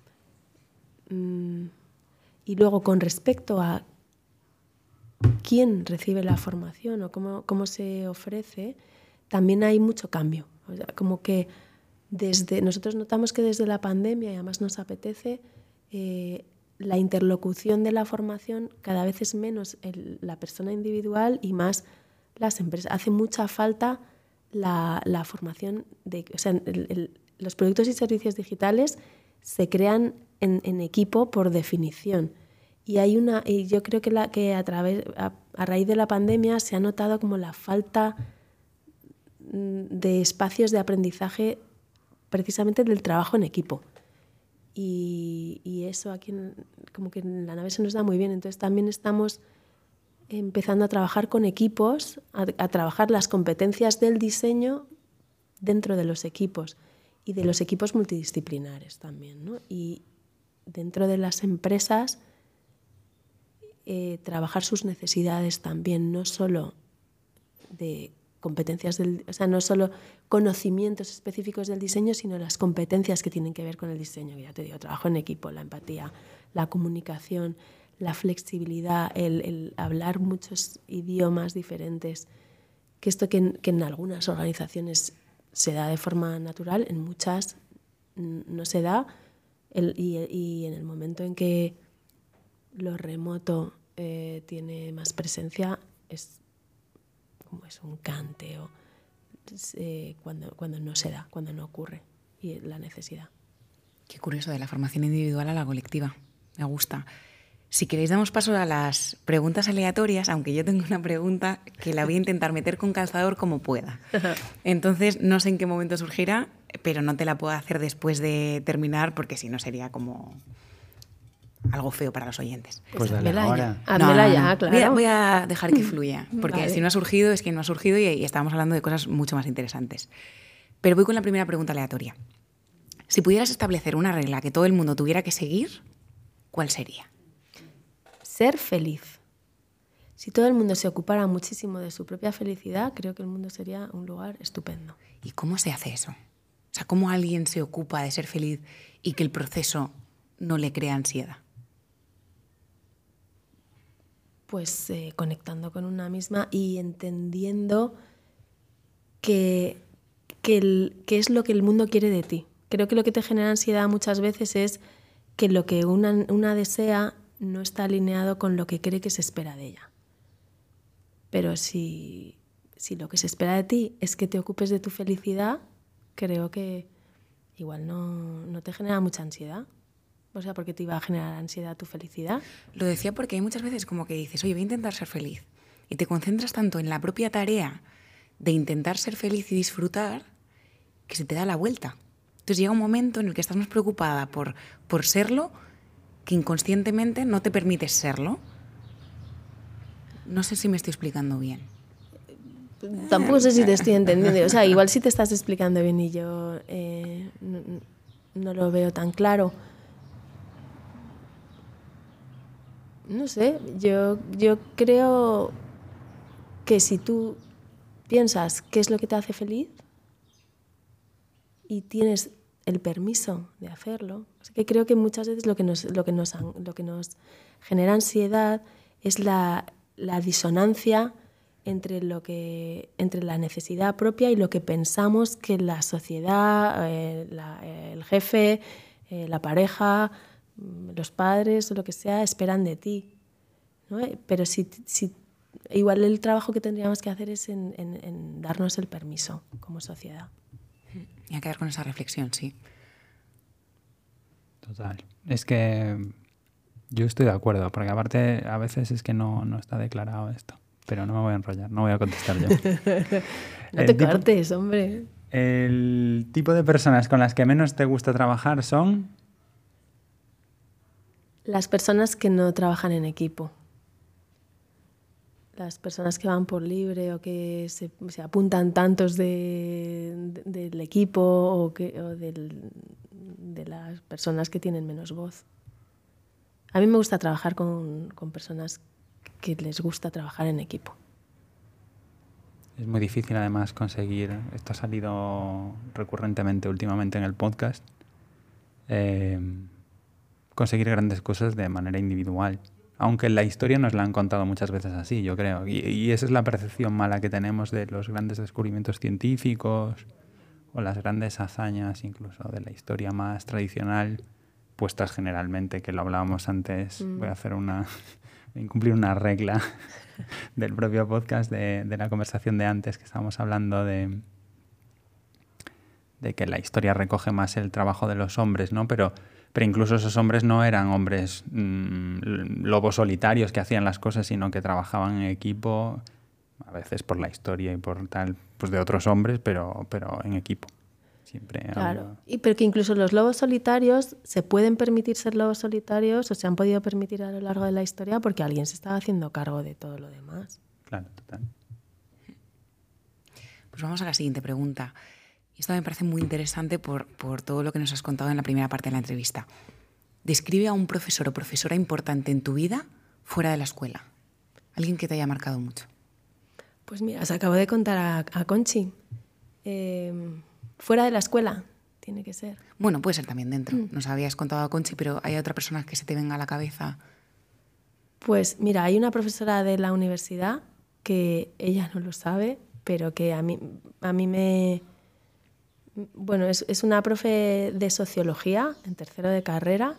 [SPEAKER 3] Mm. Y luego, con respecto a quién recibe la formación o cómo, cómo se ofrece, también hay mucho cambio. O sea, como que desde, nosotros notamos que desde la pandemia, y además nos apetece, eh, la interlocución de la formación cada vez es menos el, la persona individual y más las empresas. Hace mucha falta la, la formación de... O sea, el, el, los productos y servicios digitales se crean en, en equipo por definición. Y hay una, y yo creo que, la, que a, través, a, a raíz de la pandemia se ha notado como la falta de espacios de aprendizaje precisamente del trabajo en equipo. Y, y eso aquí en, como que en la nave se nos da muy bien. Entonces también estamos empezando a trabajar con equipos, a, a trabajar las competencias del diseño dentro de los equipos y de los equipos multidisciplinares también, ¿no? Y dentro de las empresas eh, trabajar sus necesidades también, no solo de competencias del, o sea, no solo conocimientos específicos del diseño, sino las competencias que tienen que ver con el diseño. Ya te digo, trabajo en equipo, la empatía, la comunicación, la flexibilidad, el, el hablar muchos idiomas diferentes, que esto que en, que en algunas organizaciones se da de forma natural, en muchas no se da, el, y, y en el momento en que lo remoto eh, tiene más presencia, es como es un canteo eh, cuando, cuando no se da, cuando no ocurre, y la necesidad.
[SPEAKER 1] Qué curioso, de la formación individual a la colectiva. Me gusta. Si queréis damos paso a las preguntas aleatorias, aunque yo tengo una pregunta que la voy a intentar meter con calzador como pueda. Entonces, no sé en qué momento surgirá, pero no te la puedo hacer después de terminar, porque si no sería como algo feo para los oyentes.
[SPEAKER 2] Pues dale ahora.
[SPEAKER 3] Házmela ya, claro.
[SPEAKER 1] Voy a, voy a dejar que fluya, porque
[SPEAKER 3] Vale.
[SPEAKER 1] si no ha surgido, es que no ha surgido y, y estábamos hablando de cosas mucho más interesantes. Pero voy con la primera pregunta aleatoria. Si pudieras establecer una regla que todo el mundo tuviera que seguir, ¿cuál sería?
[SPEAKER 3] Ser feliz. Si todo el mundo se ocupara muchísimo de su propia felicidad, creo que el mundo sería un lugar estupendo.
[SPEAKER 1] ¿Y cómo se hace eso? O sea, ¿cómo alguien se ocupa de ser feliz y que el proceso no le crea ansiedad?
[SPEAKER 3] Pues eh, conectando con una misma y entendiendo que, que, el, que es lo que el mundo quiere de ti. Creo que lo que te genera ansiedad muchas veces es que lo que una, una desea no está alineado con lo que cree que se espera de ella. Pero si, si lo que se espera de ti es que te ocupes de tu felicidad, creo que igual no, no te genera mucha ansiedad. O sea, ¿por qué te iba a generar ansiedad tu felicidad?
[SPEAKER 1] Lo decía porque hay muchas veces como que dices, oye, voy a intentar ser feliz. Y te concentras tanto en la propia tarea de intentar ser feliz y disfrutar que se te da la vuelta. Entonces llega un momento en el que estás más preocupada por, por serlo que inconscientemente no te permites serlo. No sé si me estoy explicando bien.
[SPEAKER 3] Tampoco sé si te estoy entendiendo. O sea, igual sí te estás explicando bien y yo eh, no, no lo veo tan claro. No sé, yo, yo creo que si tú piensas qué es lo que te hace feliz y tienes el permiso de hacerlo, o sea, que creo que muchas veces lo que nos, lo que nos, lo que nos genera ansiedad es la, la disonancia entre, lo que, entre la necesidad propia y lo que pensamos que la sociedad, eh, la, el jefe, eh, la pareja, los padres o lo que sea esperan de ti, ¿no? Pero si, si igual el trabajo que tendríamos que hacer es en, en, en darnos el permiso como sociedad.
[SPEAKER 1] Y a quedar con esa reflexión, sí.
[SPEAKER 2] Total. Es que yo estoy de acuerdo, porque aparte a veces es que no, no está declarado esto. Pero no me voy a enrollar, no voy a contestar yo.
[SPEAKER 3] No te tipo, cortes, hombre.
[SPEAKER 2] El tipo de personas con las que menos te gusta trabajar son...
[SPEAKER 3] Las personas que no trabajan en equipo. Las personas que van por libre o que se, se apuntan tantos de, de, del equipo o, que, o del, de las personas que tienen menos voz. A mí me gusta trabajar con, con personas que les gusta trabajar en equipo.
[SPEAKER 2] Es muy difícil además conseguir, esto ha salido recurrentemente últimamente en el podcast, eh, conseguir grandes cosas de manera individual. Aunque en la historia nos la han contado muchas veces así, yo creo. Y, y esa es la percepción mala que tenemos de los grandes descubrimientos científicos o las grandes hazañas incluso de la historia más tradicional, puestas generalmente, que lo hablábamos antes. Mm. Voy a hacer una... incumplir una regla del propio podcast de, de la conversación de antes, que estábamos hablando de, de que la historia recoge más el trabajo de los hombres, ¿no? Pero... Pero incluso esos hombres no eran hombres mmm, lobos solitarios que hacían las cosas, sino que trabajaban en equipo, a veces por la historia y por tal, pues de otros hombres, pero, pero en equipo. Siempre.
[SPEAKER 3] Claro,
[SPEAKER 2] algo...
[SPEAKER 3] y pero que incluso los lobos solitarios se pueden permitir ser lobos solitarios o se han podido permitir a lo largo de la historia porque alguien se estaba haciendo cargo de todo lo demás.
[SPEAKER 2] Claro, total.
[SPEAKER 1] Pues vamos a la siguiente pregunta. Y esto me parece muy interesante por, por todo lo que nos has contado en la primera parte de la entrevista. Describe a un profesor o profesora importante en tu vida fuera de la escuela. Alguien que te haya marcado mucho.
[SPEAKER 3] Pues mira, os acabo de contar a, a Conchi. Eh, fuera de la escuela, tiene que ser.
[SPEAKER 1] Bueno, puede ser también dentro. Mm. Nos habías contado a Conchi, pero ¿hay otra persona que se te venga a la cabeza?
[SPEAKER 3] Pues mira, hay una profesora de la universidad que ella no lo sabe, pero que a mí, a mí me... Bueno, es, es una profe de sociología, en tercero de carrera,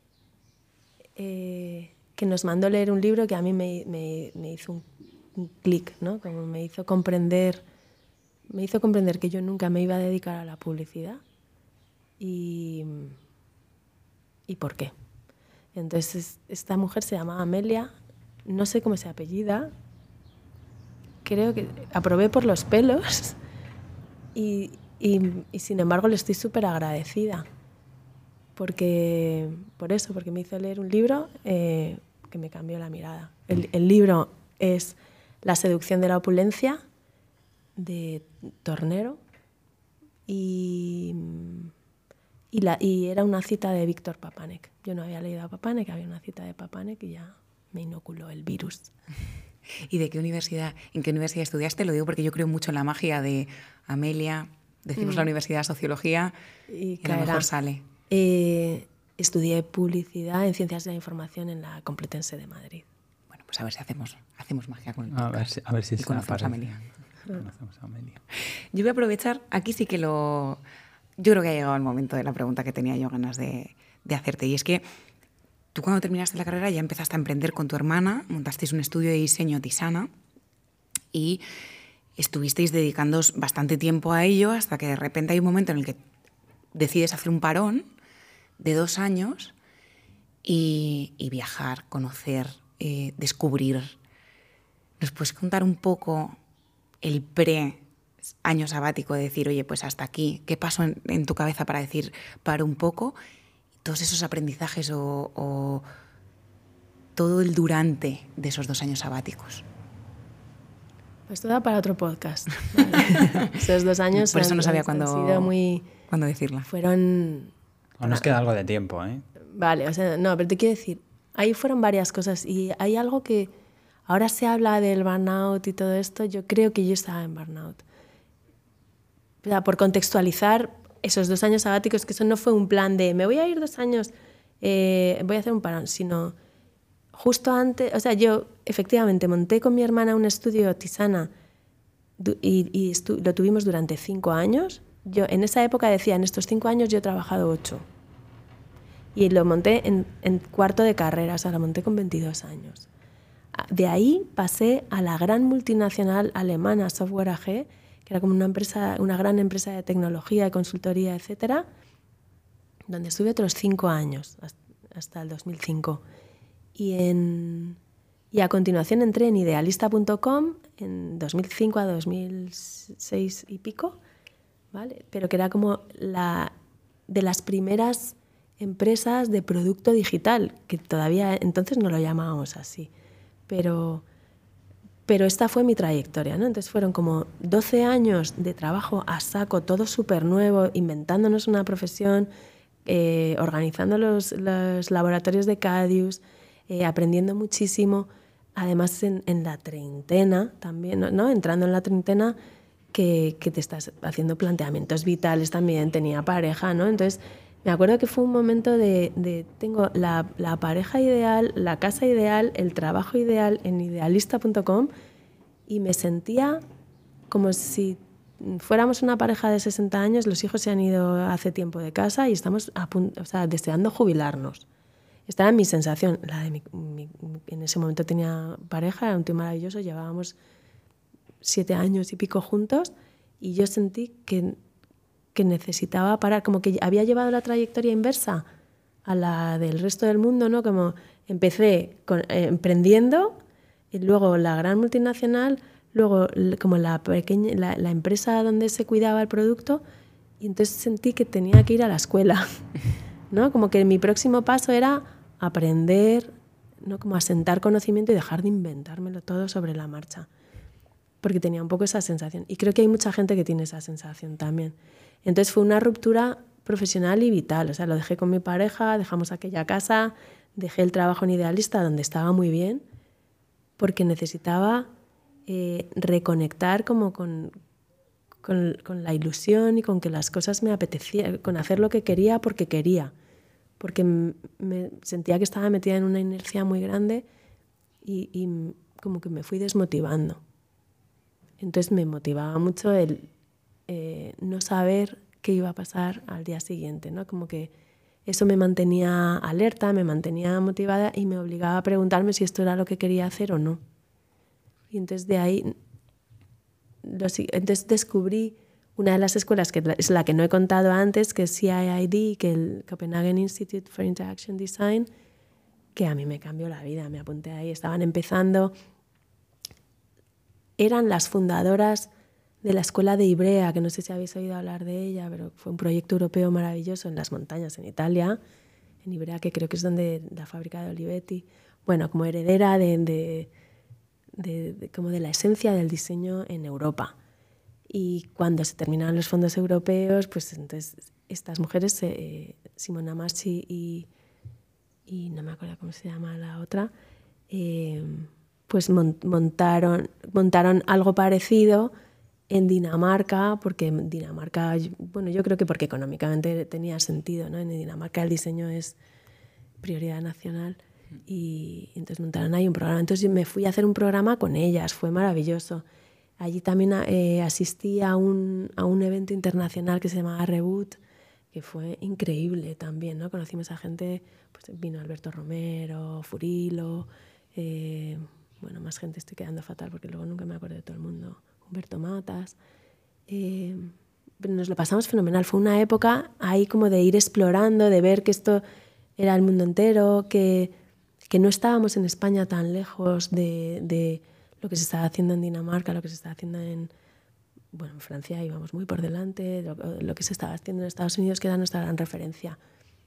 [SPEAKER 3] eh, que nos mandó leer un libro que a mí me, me, me hizo un, un clic, ¿no? Como me hizo comprender, me hizo comprender que yo nunca me iba a dedicar a la publicidad y, y por qué. Entonces, esta mujer se llama Amelia, no sé cómo se apellida, creo que aprobé por los pelos y... Y, y sin embargo le estoy súper agradecida porque, por eso, porque me hizo leer un libro eh, que me cambió la mirada. El, el libro es La seducción de la opulencia, de Tornero, y, y, la, y era una cita de Víctor Papanek. Yo no había leído a Papanek, había una cita de Papanek y ya me inoculó el virus.
[SPEAKER 1] ¿Y de qué universidad, en qué universidad estudiaste? Lo digo porque yo creo mucho en la magia de Amelia, decimos mm. la Universidad de Sociología y, y a lo mejor sale.
[SPEAKER 3] Eh, estudié publicidad en Ciencias de la Información en la Complutense de Madrid.
[SPEAKER 1] Bueno, pues a ver si hacemos, hacemos magia con el
[SPEAKER 2] a ver si, a ver si
[SPEAKER 1] y conocemos a Amelia.
[SPEAKER 2] Conocemos a Amelia.
[SPEAKER 1] Yo voy a aprovechar, aquí sí que lo... Yo creo que ha llegado el momento de la pregunta que tenía yo ganas de, de hacerte, y es que tú cuando terminaste la carrera ya empezaste a emprender con tu hermana, montasteis un estudio de diseño, Tisana, y estuvisteis dedicándoos bastante tiempo a ello hasta que de repente hay un momento en el que decides hacer un parón de dos años y, y viajar, conocer, eh, descubrir. ¿Nos puedes contar un poco el pre-año sabático de decir, oye, pues hasta aquí, qué pasó en, en tu cabeza para decir, paro un poco? Todos esos aprendizajes o, o todo el durante de esos dos años sabáticos.
[SPEAKER 3] Pues todo para otro podcast. Vale. Esos dos años
[SPEAKER 1] Por eso
[SPEAKER 3] han,
[SPEAKER 1] no sabía
[SPEAKER 3] han
[SPEAKER 1] cuándo,
[SPEAKER 3] sido muy...
[SPEAKER 1] cuándo decirla.
[SPEAKER 3] Fueron...
[SPEAKER 2] O nos queda algo de tiempo, ¿eh?
[SPEAKER 3] Vale, o sea, no, pero te quiero decir, ahí fueron varias cosas y hay algo que ahora se habla del burnout y todo esto, yo creo que yo estaba en burnout. O sea, por contextualizar esos dos años sabáticos, que eso no fue un plan de me voy a ir dos años, eh, voy a hacer un parón, sino justo antes, o sea, yo efectivamente monté con mi hermana un estudio Tisana y, y lo tuvimos durante cinco años. Yo en esa época decía, en estos cinco años yo he trabajado ocho. Y lo monté en, en cuarto de carrera, o sea, lo monté con veintidós años. De ahí pasé a la gran multinacional alemana Software A G, que era como una empresa, una gran empresa de tecnología, de consultoría, etcétera, donde estuve otros cinco años, hasta el dos mil cinco. Y, en, y a continuación entré en idealista punto com en dos mil cinco a dos mil seis y pico, ¿vale? Pero que era como la de las primeras empresas de producto digital, que todavía entonces no lo llamábamos así. Pero... Pero esta fue mi trayectoria, ¿no? Entonces fueron como doce años de trabajo a saco, todo súper nuevo, inventándonos una profesión, eh, organizando los, los laboratorios de Cadius, eh, aprendiendo muchísimo. Además, en, en la treintena también, ¿no? ¿no? Entrando en la treintena, que, que te estás haciendo planteamientos vitales también, tenía pareja, ¿no? Entonces, me acuerdo que fue un momento de, de tengo la, la pareja ideal, la casa ideal, el trabajo ideal en idealista punto com y me sentía como si fuéramos una pareja de sesenta años, los hijos se han ido hace tiempo de casa y estamos a punto, o sea, deseando jubilarnos. Esta era mi sensación. La de mi, mi, en ese momento tenía pareja, era un tío maravilloso, llevábamos siete años y pico juntos y yo sentí que... que necesitaba parar, como que había llevado la trayectoria inversa a la del resto del mundo, ¿no? Como empecé con, eh, emprendiendo, y luego la gran multinacional, luego como la, pequeña, la, la empresa donde se cuidaba el producto, y entonces sentí que tenía que ir a la escuela, ¿no? Como que mi próximo paso era aprender, ¿no? Como asentar conocimiento y dejar de inventármelo todo sobre la marcha, porque tenía un poco esa sensación. Y creo que hay mucha gente que tiene esa sensación también. Entonces fue una ruptura profesional y vital. O sea, lo dejé con mi pareja, dejamos aquella casa, dejé el trabajo en Idealista, donde estaba muy bien, porque necesitaba eh, reconectar como con, con, con la ilusión y con que las cosas me apetecían, con hacer lo que quería porque quería. Porque me sentía que estaba metida en una inercia muy grande y, y como que me fui desmotivando. Entonces me motivaba mucho el eh, no saber qué iba a pasar al día siguiente, ¿no? Como que eso me mantenía alerta, me mantenía motivada y me obligaba a preguntarme si esto era lo que quería hacer o no. Y entonces de ahí lo, entonces descubrí una de las escuelas, que es la que no he contado antes, que es C I I D, que es el Copenhagen Institute for Interaction Design, que a mí me cambió la vida. Me apunté ahí, estaban empezando... Eran las fundadoras de la escuela de Ivrea, que no sé si habéis oído hablar de ella, pero fue un proyecto europeo maravilloso en las montañas, en Italia, en Ivrea, que creo que es donde la fábrica de Olivetti, bueno, como heredera de, de, de, de, como de la esencia del diseño en Europa. Y cuando se terminaron los fondos europeos, pues entonces estas mujeres, eh, Simona Masci y, y no me acuerdo cómo se llama la otra, eh, pues montaron, montaron algo parecido en Dinamarca, porque en Dinamarca, bueno, yo creo que porque económicamente tenía sentido, ¿no? En Dinamarca el diseño es prioridad nacional y entonces montaron ahí un programa. Entonces me fui a hacer un programa con ellas, fue maravilloso. Allí también eh, asistí a un, a un evento internacional que se llamaba Reboot, que fue increíble también, ¿no? Conocimos a gente, pues vino Alberto Romero, Furilo, eh, bueno, más gente, estoy quedando fatal porque luego nunca me acuerdo de todo el mundo, Humberto Matas. Eh, nos lo pasamos fenomenal, fue una época ahí como de ir explorando, de ver que esto era el mundo entero, que, que no estábamos en España tan lejos de... de lo que se estaba haciendo en Dinamarca, lo que se estaba haciendo en, bueno, en Francia íbamos muy por delante, lo, lo que se estaba haciendo en Estados Unidos, que era nuestra gran referencia.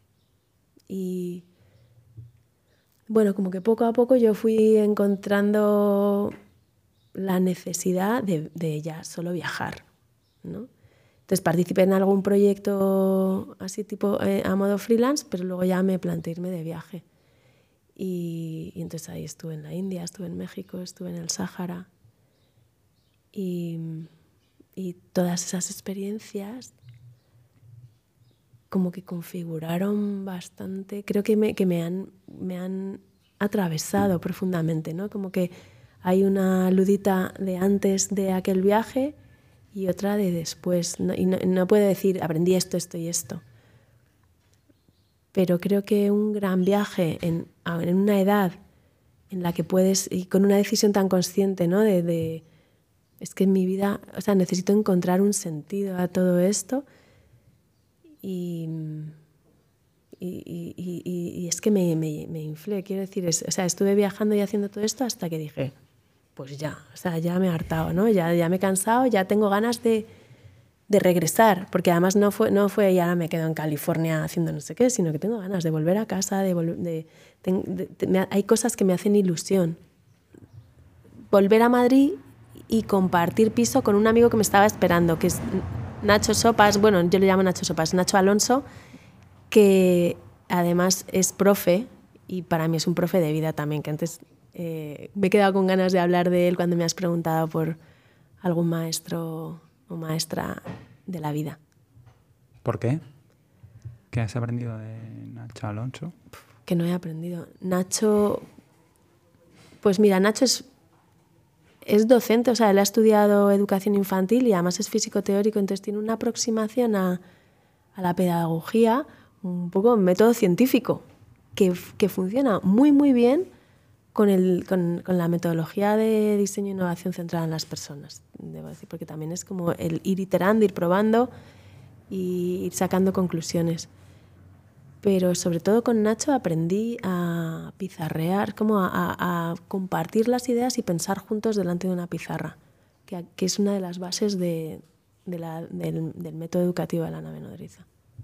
[SPEAKER 3] Y bueno, como que poco a poco yo fui encontrando la necesidad de, de ya solo viajar, ¿no? Entonces participé en algún proyecto así tipo eh, a modo freelance, pero luego ya me planteé irme de viaje. Y, y entonces ahí estuve en la India, estuve en México, estuve en el Sáhara. Y, y todas esas experiencias como que configuraron bastante, creo que me, que me, han, me han atravesado profundamente, ¿no? Como que hay una Ludita de antes de aquel viaje y otra de después, ¿no? Y no, no puedo decir aprendí esto, esto y esto. Pero creo que un gran viaje en, en una edad en la que puedes, y con una decisión tan consciente, ¿no? De, de, es que en mi vida, o sea, necesito encontrar un sentido a todo esto y, y, y, y, y es que me, me, me inflé, quiero decir, es, o sea, estuve viajando y haciendo todo esto hasta que dije, pues ya, o sea, ya me he hartado, ¿no? Ya, ya me he cansado, ya tengo ganas de... de regresar, porque además no fue, no fue y ahora me quedo en California haciendo no sé qué, sino que tengo ganas de volver a casa, de, de, de, de, de me, hay cosas que me hacen ilusión. Volver a Madrid y compartir piso con un amigo que me estaba esperando, que es Nacho Sopas, bueno, yo le llamo Nacho Sopas, Nacho Alonso, que además es profe, y para mí es un profe de vida también, que antes eh, me he quedado con ganas de hablar de él cuando me has preguntado por algún maestro o maestra de la vida.
[SPEAKER 2] ¿Por qué? ¿Qué has aprendido de Nacho Alonso?
[SPEAKER 3] Que no he aprendido. Nacho, pues mira, Nacho es, es docente, o sea, él ha estudiado educación infantil y además es físico teórico, entonces tiene una aproximación a, a la pedagogía, un poco un método científico, que, que funciona muy, muy bien con, el, con, con la metodología de diseño e innovación centrada en las personas, debo decir, porque también es como el ir iterando, ir probando y ir sacando conclusiones. Pero sobre todo con Nacho aprendí a pizarrear, como a, a, a compartir las ideas y pensar juntos delante de una pizarra, que, que es una de las bases de, de la, del, del método educativo de la nave nodriza.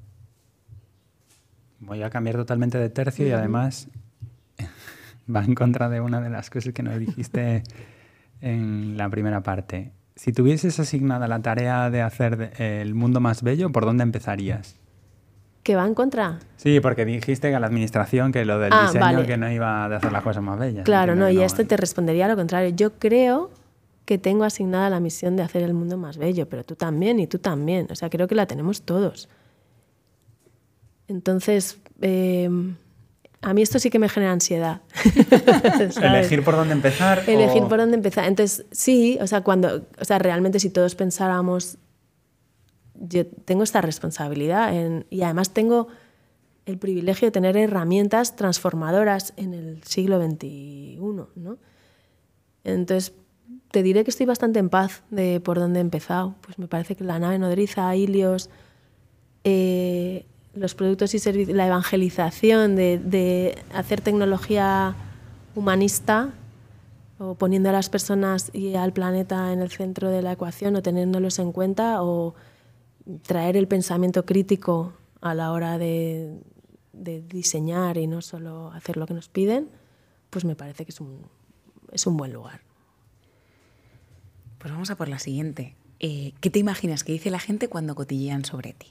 [SPEAKER 2] Voy a cambiar totalmente de tercio uh-huh. y además va en contra de una de las cosas que nos dijiste en la primera parte. Si tuvieses asignada la tarea de hacer el mundo más bello, ¿por dónde empezarías?
[SPEAKER 3] ¿Que va en contra?
[SPEAKER 2] Sí, porque dijiste que a la administración, que lo del
[SPEAKER 3] ah,
[SPEAKER 2] diseño,
[SPEAKER 3] vale.
[SPEAKER 2] que no iba a hacer las cosas más bellas.
[SPEAKER 3] Claro, no, y
[SPEAKER 2] no,
[SPEAKER 3] a esto te respondería lo contrario. Yo creo que tengo asignada la misión de hacer el mundo más bello, pero tú también y tú también. O sea, creo que la tenemos todos. Entonces, eh, a mí esto sí que me genera ansiedad.
[SPEAKER 2] Elegir por dónde empezar.
[SPEAKER 3] Elegir
[SPEAKER 2] o...
[SPEAKER 3] por dónde empezar. Entonces, sí, o sea, cuando, o sea, realmente si todos pensáramos, yo tengo esta responsabilidad en, y además tengo el privilegio de tener herramientas transformadoras en el siglo veintiuno, ¿no? Entonces, te diré que estoy bastante en paz de por dónde he empezado. Pues me parece que la nave nodriza, Ilios, eh, los productos y servicios, la evangelización de, de hacer tecnología humanista o poniendo a las personas y al planeta en el centro de la ecuación o teniéndolos en cuenta o traer el pensamiento crítico a la hora de, de diseñar y no solo hacer lo que nos piden, pues me parece que es un, es un buen lugar.
[SPEAKER 1] Pues vamos a por la siguiente. Eh, ¿Qué te imaginas que dice la gente cuando cotillean sobre ti?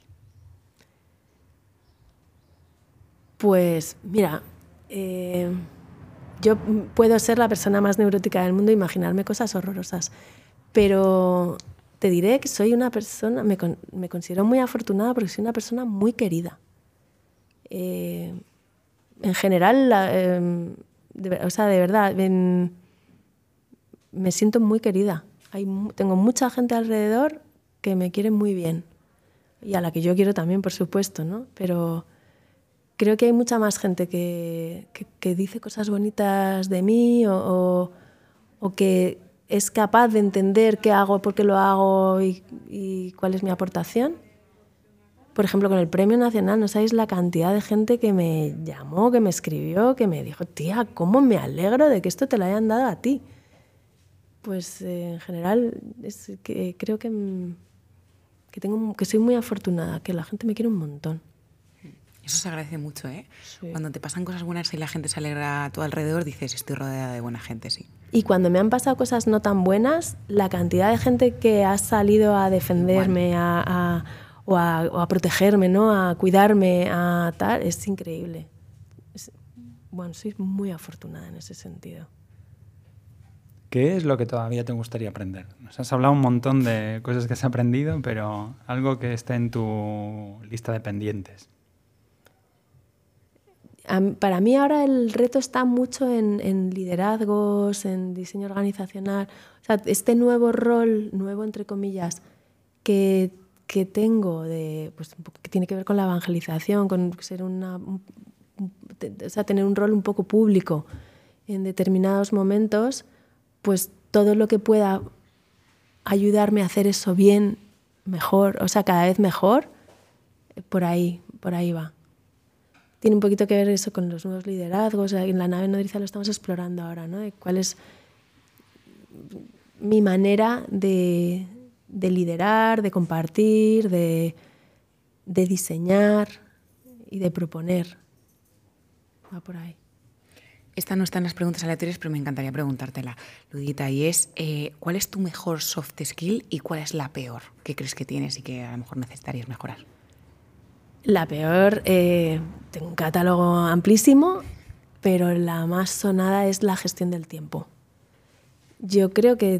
[SPEAKER 3] Pues mira, eh, yo puedo ser la persona más neurótica del mundo e imaginarme cosas horrorosas, pero te diré que soy una persona, me, con, me considero muy afortunada porque soy una persona muy querida. Eh, en general, la, eh, de, o sea, de verdad, en, me siento muy querida. Hay, tengo mucha gente alrededor que me quiere muy bien y a la que yo quiero también, por supuesto, ¿no? Pero creo que hay mucha más gente que, que, que dice cosas bonitas de mí o, o, o que es capaz de entender qué hago, por qué lo hago y, y cuál es mi aportación. Por ejemplo, con el Premio Nacional, no sabéis la cantidad de gente que me llamó, que me escribió, que me dijo, tía, ¿cómo me alegro de que esto te lo hayan dado a ti? Pues eh, en general es que, creo que, que, tengo, que soy muy afortunada, que la gente me quiere un montón.
[SPEAKER 1] Eso se agradece mucho, ¿eh?
[SPEAKER 3] Sí.
[SPEAKER 1] Cuando te pasan cosas buenas y la gente se alegra a tu alrededor, dices, estoy rodeada de buena gente, sí.
[SPEAKER 3] Y cuando me han pasado cosas no tan buenas, la cantidad de gente que ha salido a defenderme a, a, o, a, o a protegerme, ¿no? A cuidarme, a tal, es increíble. Es, bueno, soy muy afortunada en ese sentido.
[SPEAKER 2] ¿Qué es lo que todavía te gustaría aprender? Nos has hablado un montón de cosas que has aprendido, pero algo que esté en tu lista de pendientes.
[SPEAKER 3] Para mí ahora el reto está mucho en, en liderazgos, en diseño organizacional. O sea, este nuevo rol, nuevo entre comillas, que, que tengo, de, pues, que tiene que ver con la evangelización, con ser una, un, o sea, tener un rol un poco público en determinados momentos, pues todo lo que pueda ayudarme a hacer eso bien, mejor, o sea, cada vez mejor, por ahí, por ahí va. Tiene un poquito que ver eso con los nuevos liderazgos. En la nave nodriza lo estamos explorando ahora, ¿no? ¿Cuál es mi manera de, de liderar, de compartir, de, de diseñar y de proponer? Va por ahí.
[SPEAKER 1] Esta no está en las preguntas aleatorias, pero me encantaría preguntártela, Ludita, y es, eh, ¿cuál es tu mejor soft skill y cuál es la peor que crees que tienes y que a lo mejor necesitarías mejorar?
[SPEAKER 3] La peor, eh, tengo un catálogo amplísimo, pero la más sonada es la gestión del tiempo. Yo creo que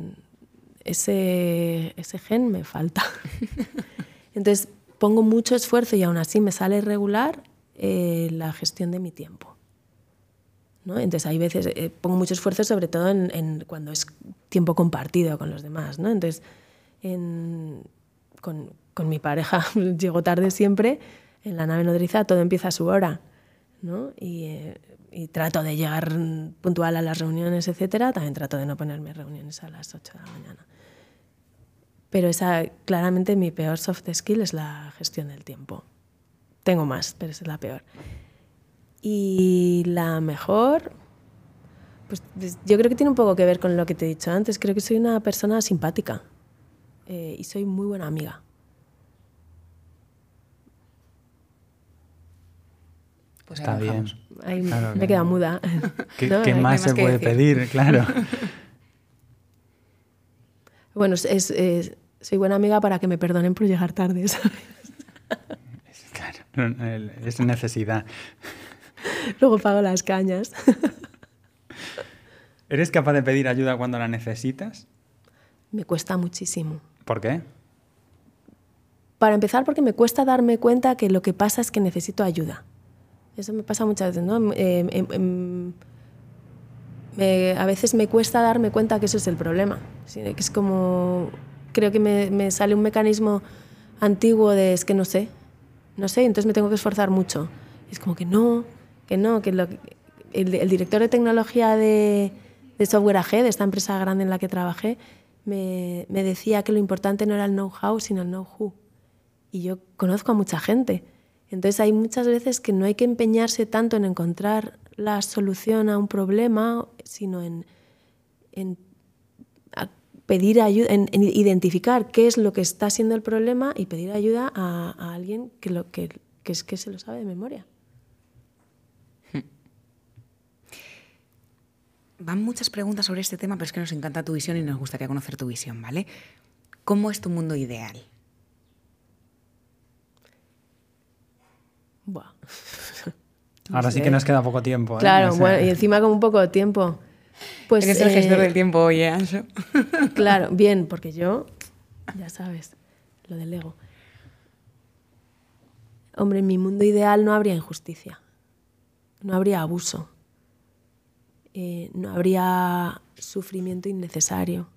[SPEAKER 3] ese, ese gen me falta. Entonces pongo mucho esfuerzo y aún así me sale regular eh, la gestión de mi tiempo, ¿no? Entonces hay veces, eh, pongo mucho esfuerzo sobre todo en, en cuando es tiempo compartido con los demás, ¿no? Entonces, en, con... con mi pareja llego tarde siempre, en la nave nodriza todo empieza a su hora, ¿no? Y, eh, y trato de llegar puntual a las reuniones, etcétera. También trato de no ponerme reuniones a las ocho de la mañana. Pero esa, claramente mi peor soft skill es la gestión del tiempo. Tengo más, pero esa es la peor. Y la mejor, pues yo creo que tiene un poco que ver con lo que te he dicho antes. Creo que soy una persona simpática eh, y soy muy buena amiga.
[SPEAKER 1] Pues
[SPEAKER 2] está bien.
[SPEAKER 3] Ahí
[SPEAKER 2] claro
[SPEAKER 3] me
[SPEAKER 2] que...
[SPEAKER 3] queda muda.
[SPEAKER 2] ¿Qué,
[SPEAKER 3] ¿no?
[SPEAKER 2] ¿qué más se puede decir? pedir? Claro.
[SPEAKER 3] Bueno, es, es, soy buena amiga para que me perdonen por llegar tarde, ¿sabes?
[SPEAKER 2] Claro, es necesidad.
[SPEAKER 3] Luego pago las cañas.
[SPEAKER 2] ¿Eres capaz de pedir ayuda cuando la necesitas?
[SPEAKER 3] Me cuesta muchísimo.
[SPEAKER 2] ¿Por qué?
[SPEAKER 3] Para empezar, porque me cuesta darme cuenta que lo que pasa es que necesito ayuda. Eso me pasa muchas veces, ¿no? Eh, eh, eh, me, a veces me cuesta darme cuenta que eso es el problema. ¿Sí? Que es como... Creo que me, me sale un mecanismo antiguo de es que no sé, no sé, entonces me tengo que esforzar mucho. Es como que no, que no, que lo, el, el director de tecnología de, de Software A G, de esta empresa grande en la que trabajé, me, me decía que lo importante no era el know-how, sino el know-who. Y yo conozco a mucha gente. Entonces hay muchas veces que no hay que empeñarse tanto en encontrar la solución a un problema, sino en, en pedir ayuda, en, en identificar qué es lo que está siendo el problema y pedir ayuda a, a alguien que, lo, que, que, es, que se lo sabe de memoria.
[SPEAKER 1] Van muchas preguntas sobre este tema, pero es que nos encanta tu visión y nos gustaría conocer tu visión, ¿vale? ¿Cómo es tu mundo ideal?
[SPEAKER 3] Buah.
[SPEAKER 2] Ahora
[SPEAKER 3] No
[SPEAKER 2] sí
[SPEAKER 3] sé.
[SPEAKER 2] que nos queda poco tiempo. ¿eh?
[SPEAKER 3] Claro,
[SPEAKER 2] No sé.
[SPEAKER 3] bueno, y encima con un poco de tiempo. Pues,
[SPEAKER 1] Eres el
[SPEAKER 3] eh,
[SPEAKER 1] gestor del tiempo hoy, ¿eh, Anso?
[SPEAKER 3] Claro, bien, porque yo, ya sabes, lo del ego. Hombre, en mi mundo ideal no habría injusticia, no habría abuso, eh, no habría sufrimiento innecesario,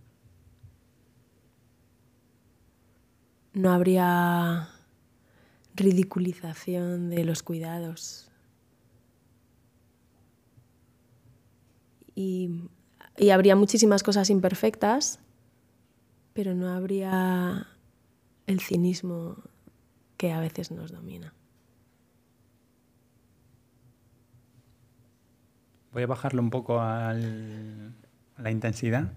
[SPEAKER 3] no habría ridiculización de los cuidados. Y, y habría muchísimas cosas imperfectas, pero no habría el cinismo que a veces nos domina.
[SPEAKER 2] Voy a bajarlo un poco al- a la intensidad.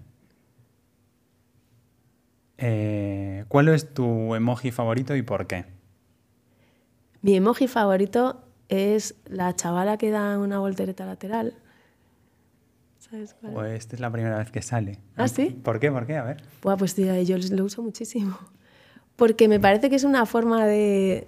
[SPEAKER 2] Eh, ¿Cuál es tu emoji favorito y por qué?
[SPEAKER 3] Mi emoji favorito es la chavala que da una voltereta lateral. ¿Sabes cuál?
[SPEAKER 2] Pues esta es la primera vez que sale.
[SPEAKER 3] ¿Ah, sí?
[SPEAKER 2] ¿Por qué? ¿Por qué? A ver.
[SPEAKER 3] Buah, pues tía, yo lo uso muchísimo. Porque me parece que es una forma de,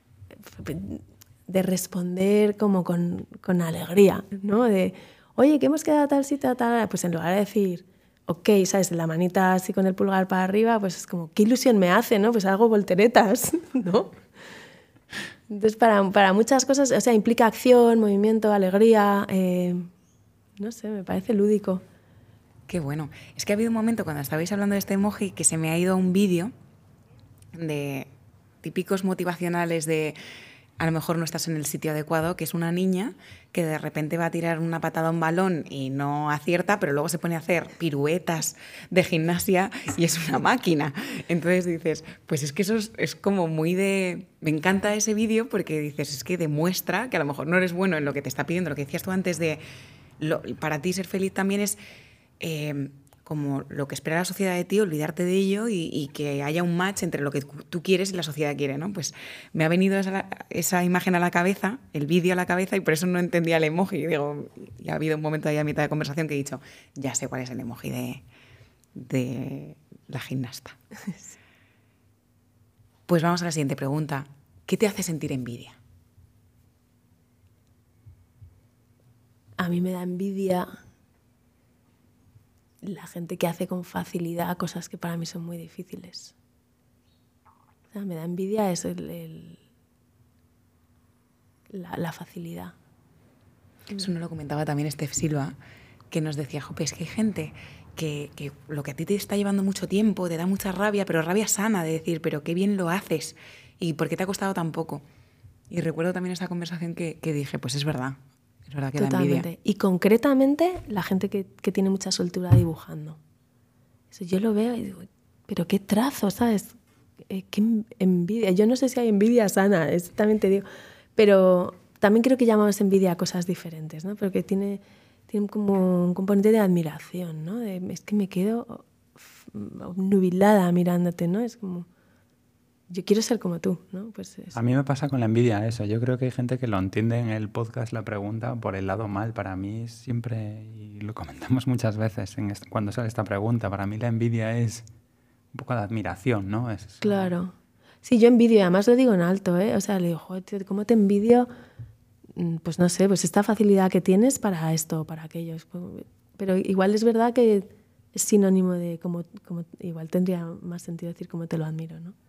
[SPEAKER 3] de responder como con, con alegría, ¿no? De, oye, que hemos quedado a tal sitio, a tal hora. Pues en lugar de decir, ok, ¿sabes? La manita así con el pulgar para arriba, pues es como, qué ilusión me hace, ¿no? Pues hago volteretas, ¿no? Entonces, para, para muchas cosas, o sea, implica acción, movimiento, alegría, eh, no sé, me parece lúdico.
[SPEAKER 1] Qué bueno. Es que ha habido un momento cuando estabais hablando de este emoji que se me ha ido un vídeo de típicos motivacionales de a lo mejor no estás en el sitio adecuado, que es una niña que de repente va a tirar una patada a un balón y no acierta, pero luego se pone a hacer piruetas de gimnasia y es una máquina. Entonces dices, pues es que eso es, es como muy de... Me encanta ese vídeo porque dices, es que demuestra que a lo mejor no eres bueno en lo que te está pidiendo, lo que decías tú antes de... Lo, para ti ser feliz también es... Eh, como lo que espera la sociedad de ti, olvidarte de ello y, y que haya un match entre lo que tú quieres y la sociedad quiere, ¿no? Pues me ha venido esa, esa imagen a la cabeza, el vídeo a la cabeza, y por eso no entendía el emoji. Y digo, y ha habido un momento ahí a mitad de conversación que he dicho, ya sé cuál es el emoji de, de la gimnasta. Pues vamos a la siguiente pregunta. ¿Qué te hace sentir envidia?
[SPEAKER 3] A mí me da envidia la gente que hace con facilidad cosas que para mí son muy difíciles. O sea, me da envidia es el, el, la, la facilidad.
[SPEAKER 1] Eso nos lo comentaba también Steph Silva, que nos decía, jope, es que hay gente que, que lo que a ti te está llevando mucho tiempo, te da mucha rabia, pero rabia sana, de decir, pero qué bien lo haces y por qué te ha costado tan poco. Y recuerdo también esta conversación que, que dije, pues es verdad. Es verdad que
[SPEAKER 3] Totalmente.
[SPEAKER 1] da envidia.
[SPEAKER 3] Y concretamente la gente que, que tiene mucha soltura dibujando. Eso yo lo veo y digo, pero qué trazo, ¿sabes? Eh, qué envidia. Yo no sé si hay envidia sana, es, también te digo. Pero también creo que llamamos envidia a cosas diferentes, ¿no? Pero que tiene, tiene como un componente de admiración, ¿no? De, es que me quedo nubilada mirándote, ¿no? Es como... Yo quiero ser como tú, ¿no? Pues eso.
[SPEAKER 2] A mí me pasa con la envidia eso. Yo creo que hay gente que lo entiende en el podcast la pregunta por el lado mal. Para mí siempre, y lo comentamos muchas veces en este, cuando sale esta pregunta, para mí la envidia es un poco de admiración, ¿no? Es,
[SPEAKER 3] claro. Sí, yo envidio, y además lo digo en alto, ¿eh? O sea, le digo, joder, tío, ¿cómo te envidio? Pues no sé, pues esta facilidad que tienes para esto, para aquello. Pero igual es verdad que es sinónimo de como, como igual tendría más sentido decir cómo te lo admiro, ¿no?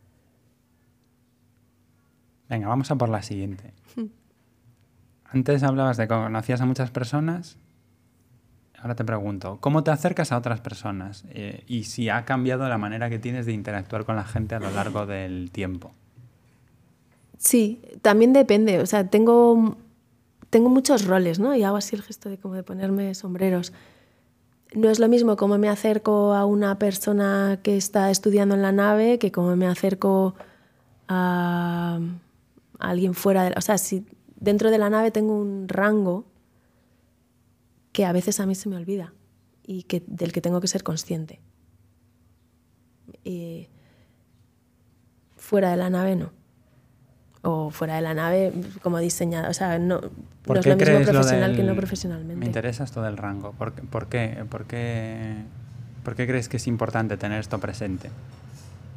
[SPEAKER 2] Venga, vamos a por la siguiente. Antes hablabas de que conocías a muchas personas. Ahora te pregunto, ¿cómo te acercas a otras personas? Eh, y si ha cambiado la manera que tienes de interactuar con la gente a lo largo del tiempo.
[SPEAKER 3] Sí, también depende. O sea, tengo, tengo muchos roles, ¿no? Y hago así el gesto de como de ponerme sombreros. No es lo mismo cómo me acerco a una persona que está estudiando en la nave que cómo me acerco a... a alguien fuera de la... O sea, si dentro de la nave tengo un rango que a veces a mí se me olvida y que, del que tengo que ser consciente. Y fuera de la nave no. O fuera de la nave como diseñada. O sea, no, no es lo mismo profesional que no profesionalmente.
[SPEAKER 2] Me interesa esto del rango. ¿Por, por, qué, por, qué, ¿Por qué crees que es importante tener esto presente?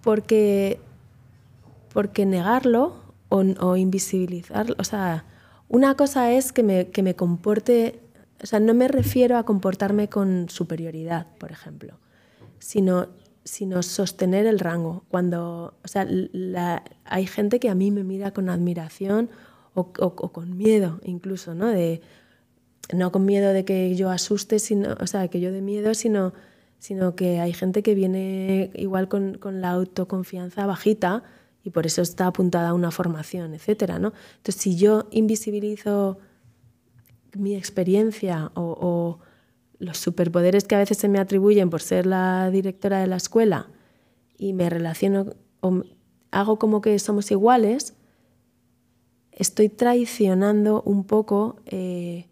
[SPEAKER 3] porque, porque negarlo o, o invisibilizarlo, o sea, una cosa es que me, que me comporte, o sea, no me refiero a comportarme con superioridad, por ejemplo, sino, sino sostener el rango. Cuando, o sea, la, hay gente que a mí me mira con admiración o, o, o con miedo incluso, ¿no? De, no con miedo de que yo asuste, sino, o sea, que yo dé miedo, sino, sino que hay gente que viene igual con, con la autoconfianza bajita y por eso está apuntada a una formación, etcétera, ¿no? Entonces, si yo invisibilizo mi experiencia o, o los superpoderes que a veces se me atribuyen por ser la directora de la escuela y me relaciono o hago como que somos iguales, estoy traicionando un poco eh,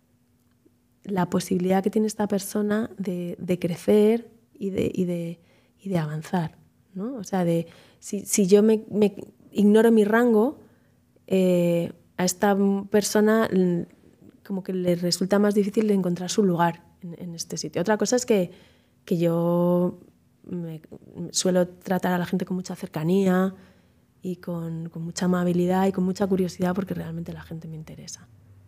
[SPEAKER 3] la posibilidad que tiene esta persona de, de crecer y de, y de, y de avanzar, ¿no? O sea, de, si, si yo me, me ignoro mi rango, eh, a esta persona como que le resulta más difícil de encontrar su lugar en, en este sitio. Otra cosa es que, que yo me, suelo tratar a la gente con mucha cercanía y con, con mucha amabilidad y con mucha curiosidad porque realmente la gente me interesa.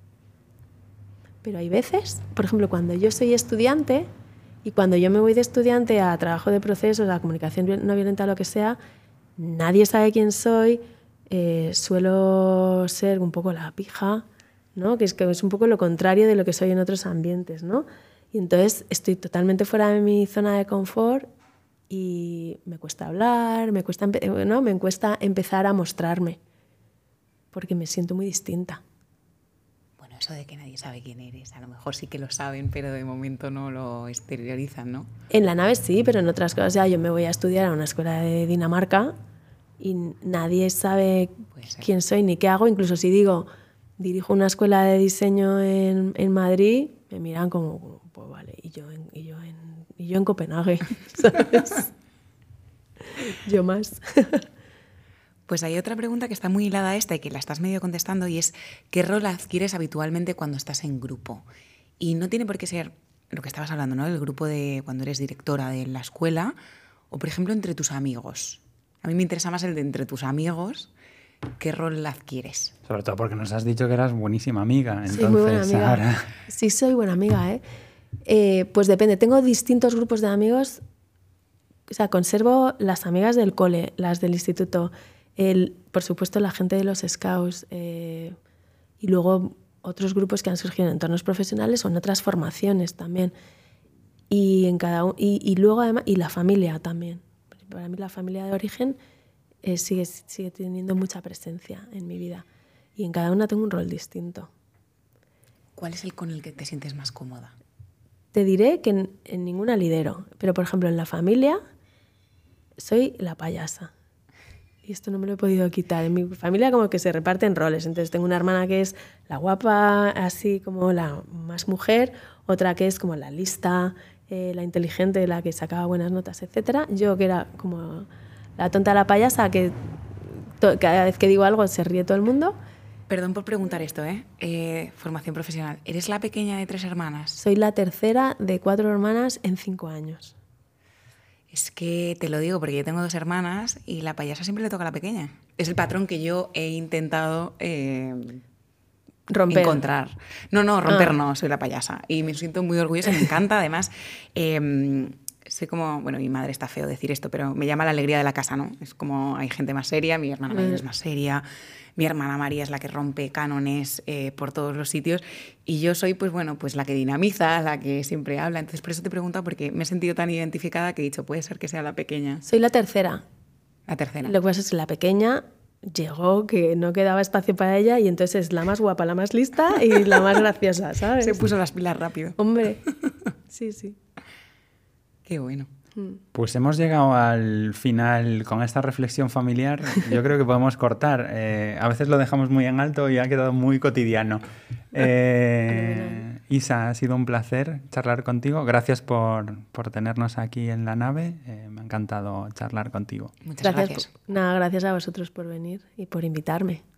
[SPEAKER 3] Pero hay veces, por ejemplo, cuando yo soy estudiante y cuando yo me voy de estudiante a trabajo de procesos, a comunicación no violenta, lo que sea, nadie sabe quién soy, eh, suelo ser un poco la pija, ¿no? Que es, que es un poco lo contrario de lo que soy en otros ambientes, ¿no? Y entonces estoy totalmente fuera de mi zona de confort y me cuesta hablar, me cuesta, ¿no? me cuesta empezar a mostrarme porque me siento muy distinta.
[SPEAKER 1] Bueno, eso de que nadie sabe quién eres, a lo mejor sí que lo saben, pero de momento no lo exteriorizan, ¿no?
[SPEAKER 3] En la nave sí, pero en otras cosas ya yo me voy a estudiar a una escuela de Dinamarca y nadie sabe quién soy ni qué hago, incluso si digo dirijo una escuela de diseño en, en Madrid, me miran como, pues vale, y yo en, y yo en, y yo en Copenhague, ¿sabes? Yo más.
[SPEAKER 1] Pues hay otra pregunta que está muy hilada a esta y que la estás medio contestando y es ¿qué rol adquieres habitualmente cuando estás en grupo? Y no tiene por qué ser lo que estabas hablando, ¿no? El grupo de cuando eres directora de la escuela o, por ejemplo, entre tus amigos. A mí me interesa más el de entre tus amigos. ¿Qué rol adquieres?
[SPEAKER 2] Sobre todo porque nos has dicho que eras buenísima amiga. Entonces,
[SPEAKER 3] soy muy buena amiga.
[SPEAKER 2] Ahora...
[SPEAKER 3] Sí, soy buena amiga, ¿eh? ¿eh? Pues depende. Tengo distintos grupos de amigos. O sea, conservo las amigas del cole, las del instituto, el, por supuesto la gente de los scouts eh, y luego otros grupos que han surgido en entornos profesionales o en otras formaciones también. Y, en cada, y, y luego además, y la familia también. Para mí la familia de origen Eh, sigue, sigue teniendo mucha presencia en mi vida y en cada una tengo un rol distinto.
[SPEAKER 1] ¿Cuál es el con el que te sientes más cómoda?
[SPEAKER 3] Te diré que en, en ninguna lidero, pero por ejemplo en la familia soy la payasa y esto no me lo he podido quitar. En mi familia como que se reparten roles, entonces tengo una hermana que es la guapa, así como la más mujer, otra que es como la lista, eh, la inteligente, la que sacaba buenas notas, etcétera. Yo que era como la tonta, la payasa, que to- cada vez que digo algo se ríe todo el mundo.
[SPEAKER 1] Perdón por preguntar esto, ¿eh? eh formación profesional. ¿Eres la pequeña de tres hermanas?
[SPEAKER 3] Soy la tercera de cuatro hermanas en cinco años.
[SPEAKER 1] Es que te lo digo porque yo tengo dos hermanas y la payasa siempre le toca a la pequeña. Es el patrón que yo he intentado eh,
[SPEAKER 3] romper.
[SPEAKER 1] encontrar. No, no, romper
[SPEAKER 3] ah.
[SPEAKER 1] no, soy la payasa. Y me siento muy orgullosa, me encanta además. Eh, Soy como, bueno, mi madre está feo decir esto, pero me llama la alegría de la casa, ¿no? Es como hay gente más seria, mi hermana mayor es más seria, mi hermana María es la que rompe cánones eh, por todos los sitios y yo soy, pues bueno, pues la que dinamiza, la que siempre habla. Entonces, por eso te pregunto, porque me he sentido tan identificada que he dicho, puede ser que sea la pequeña.
[SPEAKER 3] Soy la tercera.
[SPEAKER 1] La tercera.
[SPEAKER 3] Lo que pasa es que la pequeña llegó, que no quedaba espacio para ella y entonces es la más guapa, la más lista y la más graciosa, ¿sabes?
[SPEAKER 1] Se puso las pilas rápido.
[SPEAKER 3] Hombre, sí, sí.
[SPEAKER 1] Qué bueno.
[SPEAKER 2] Pues hemos llegado al final con esta reflexión familiar. Yo creo que podemos cortar. Eh, a veces lo dejamos muy en alto y ha quedado muy cotidiano. Eh, Isa, ha sido un placer charlar contigo. Gracias por, por tenernos aquí en la nave. Eh, me ha encantado charlar contigo.
[SPEAKER 1] Muchas gracias.
[SPEAKER 3] gracias. Nada, gracias a vosotros por venir y por invitarme.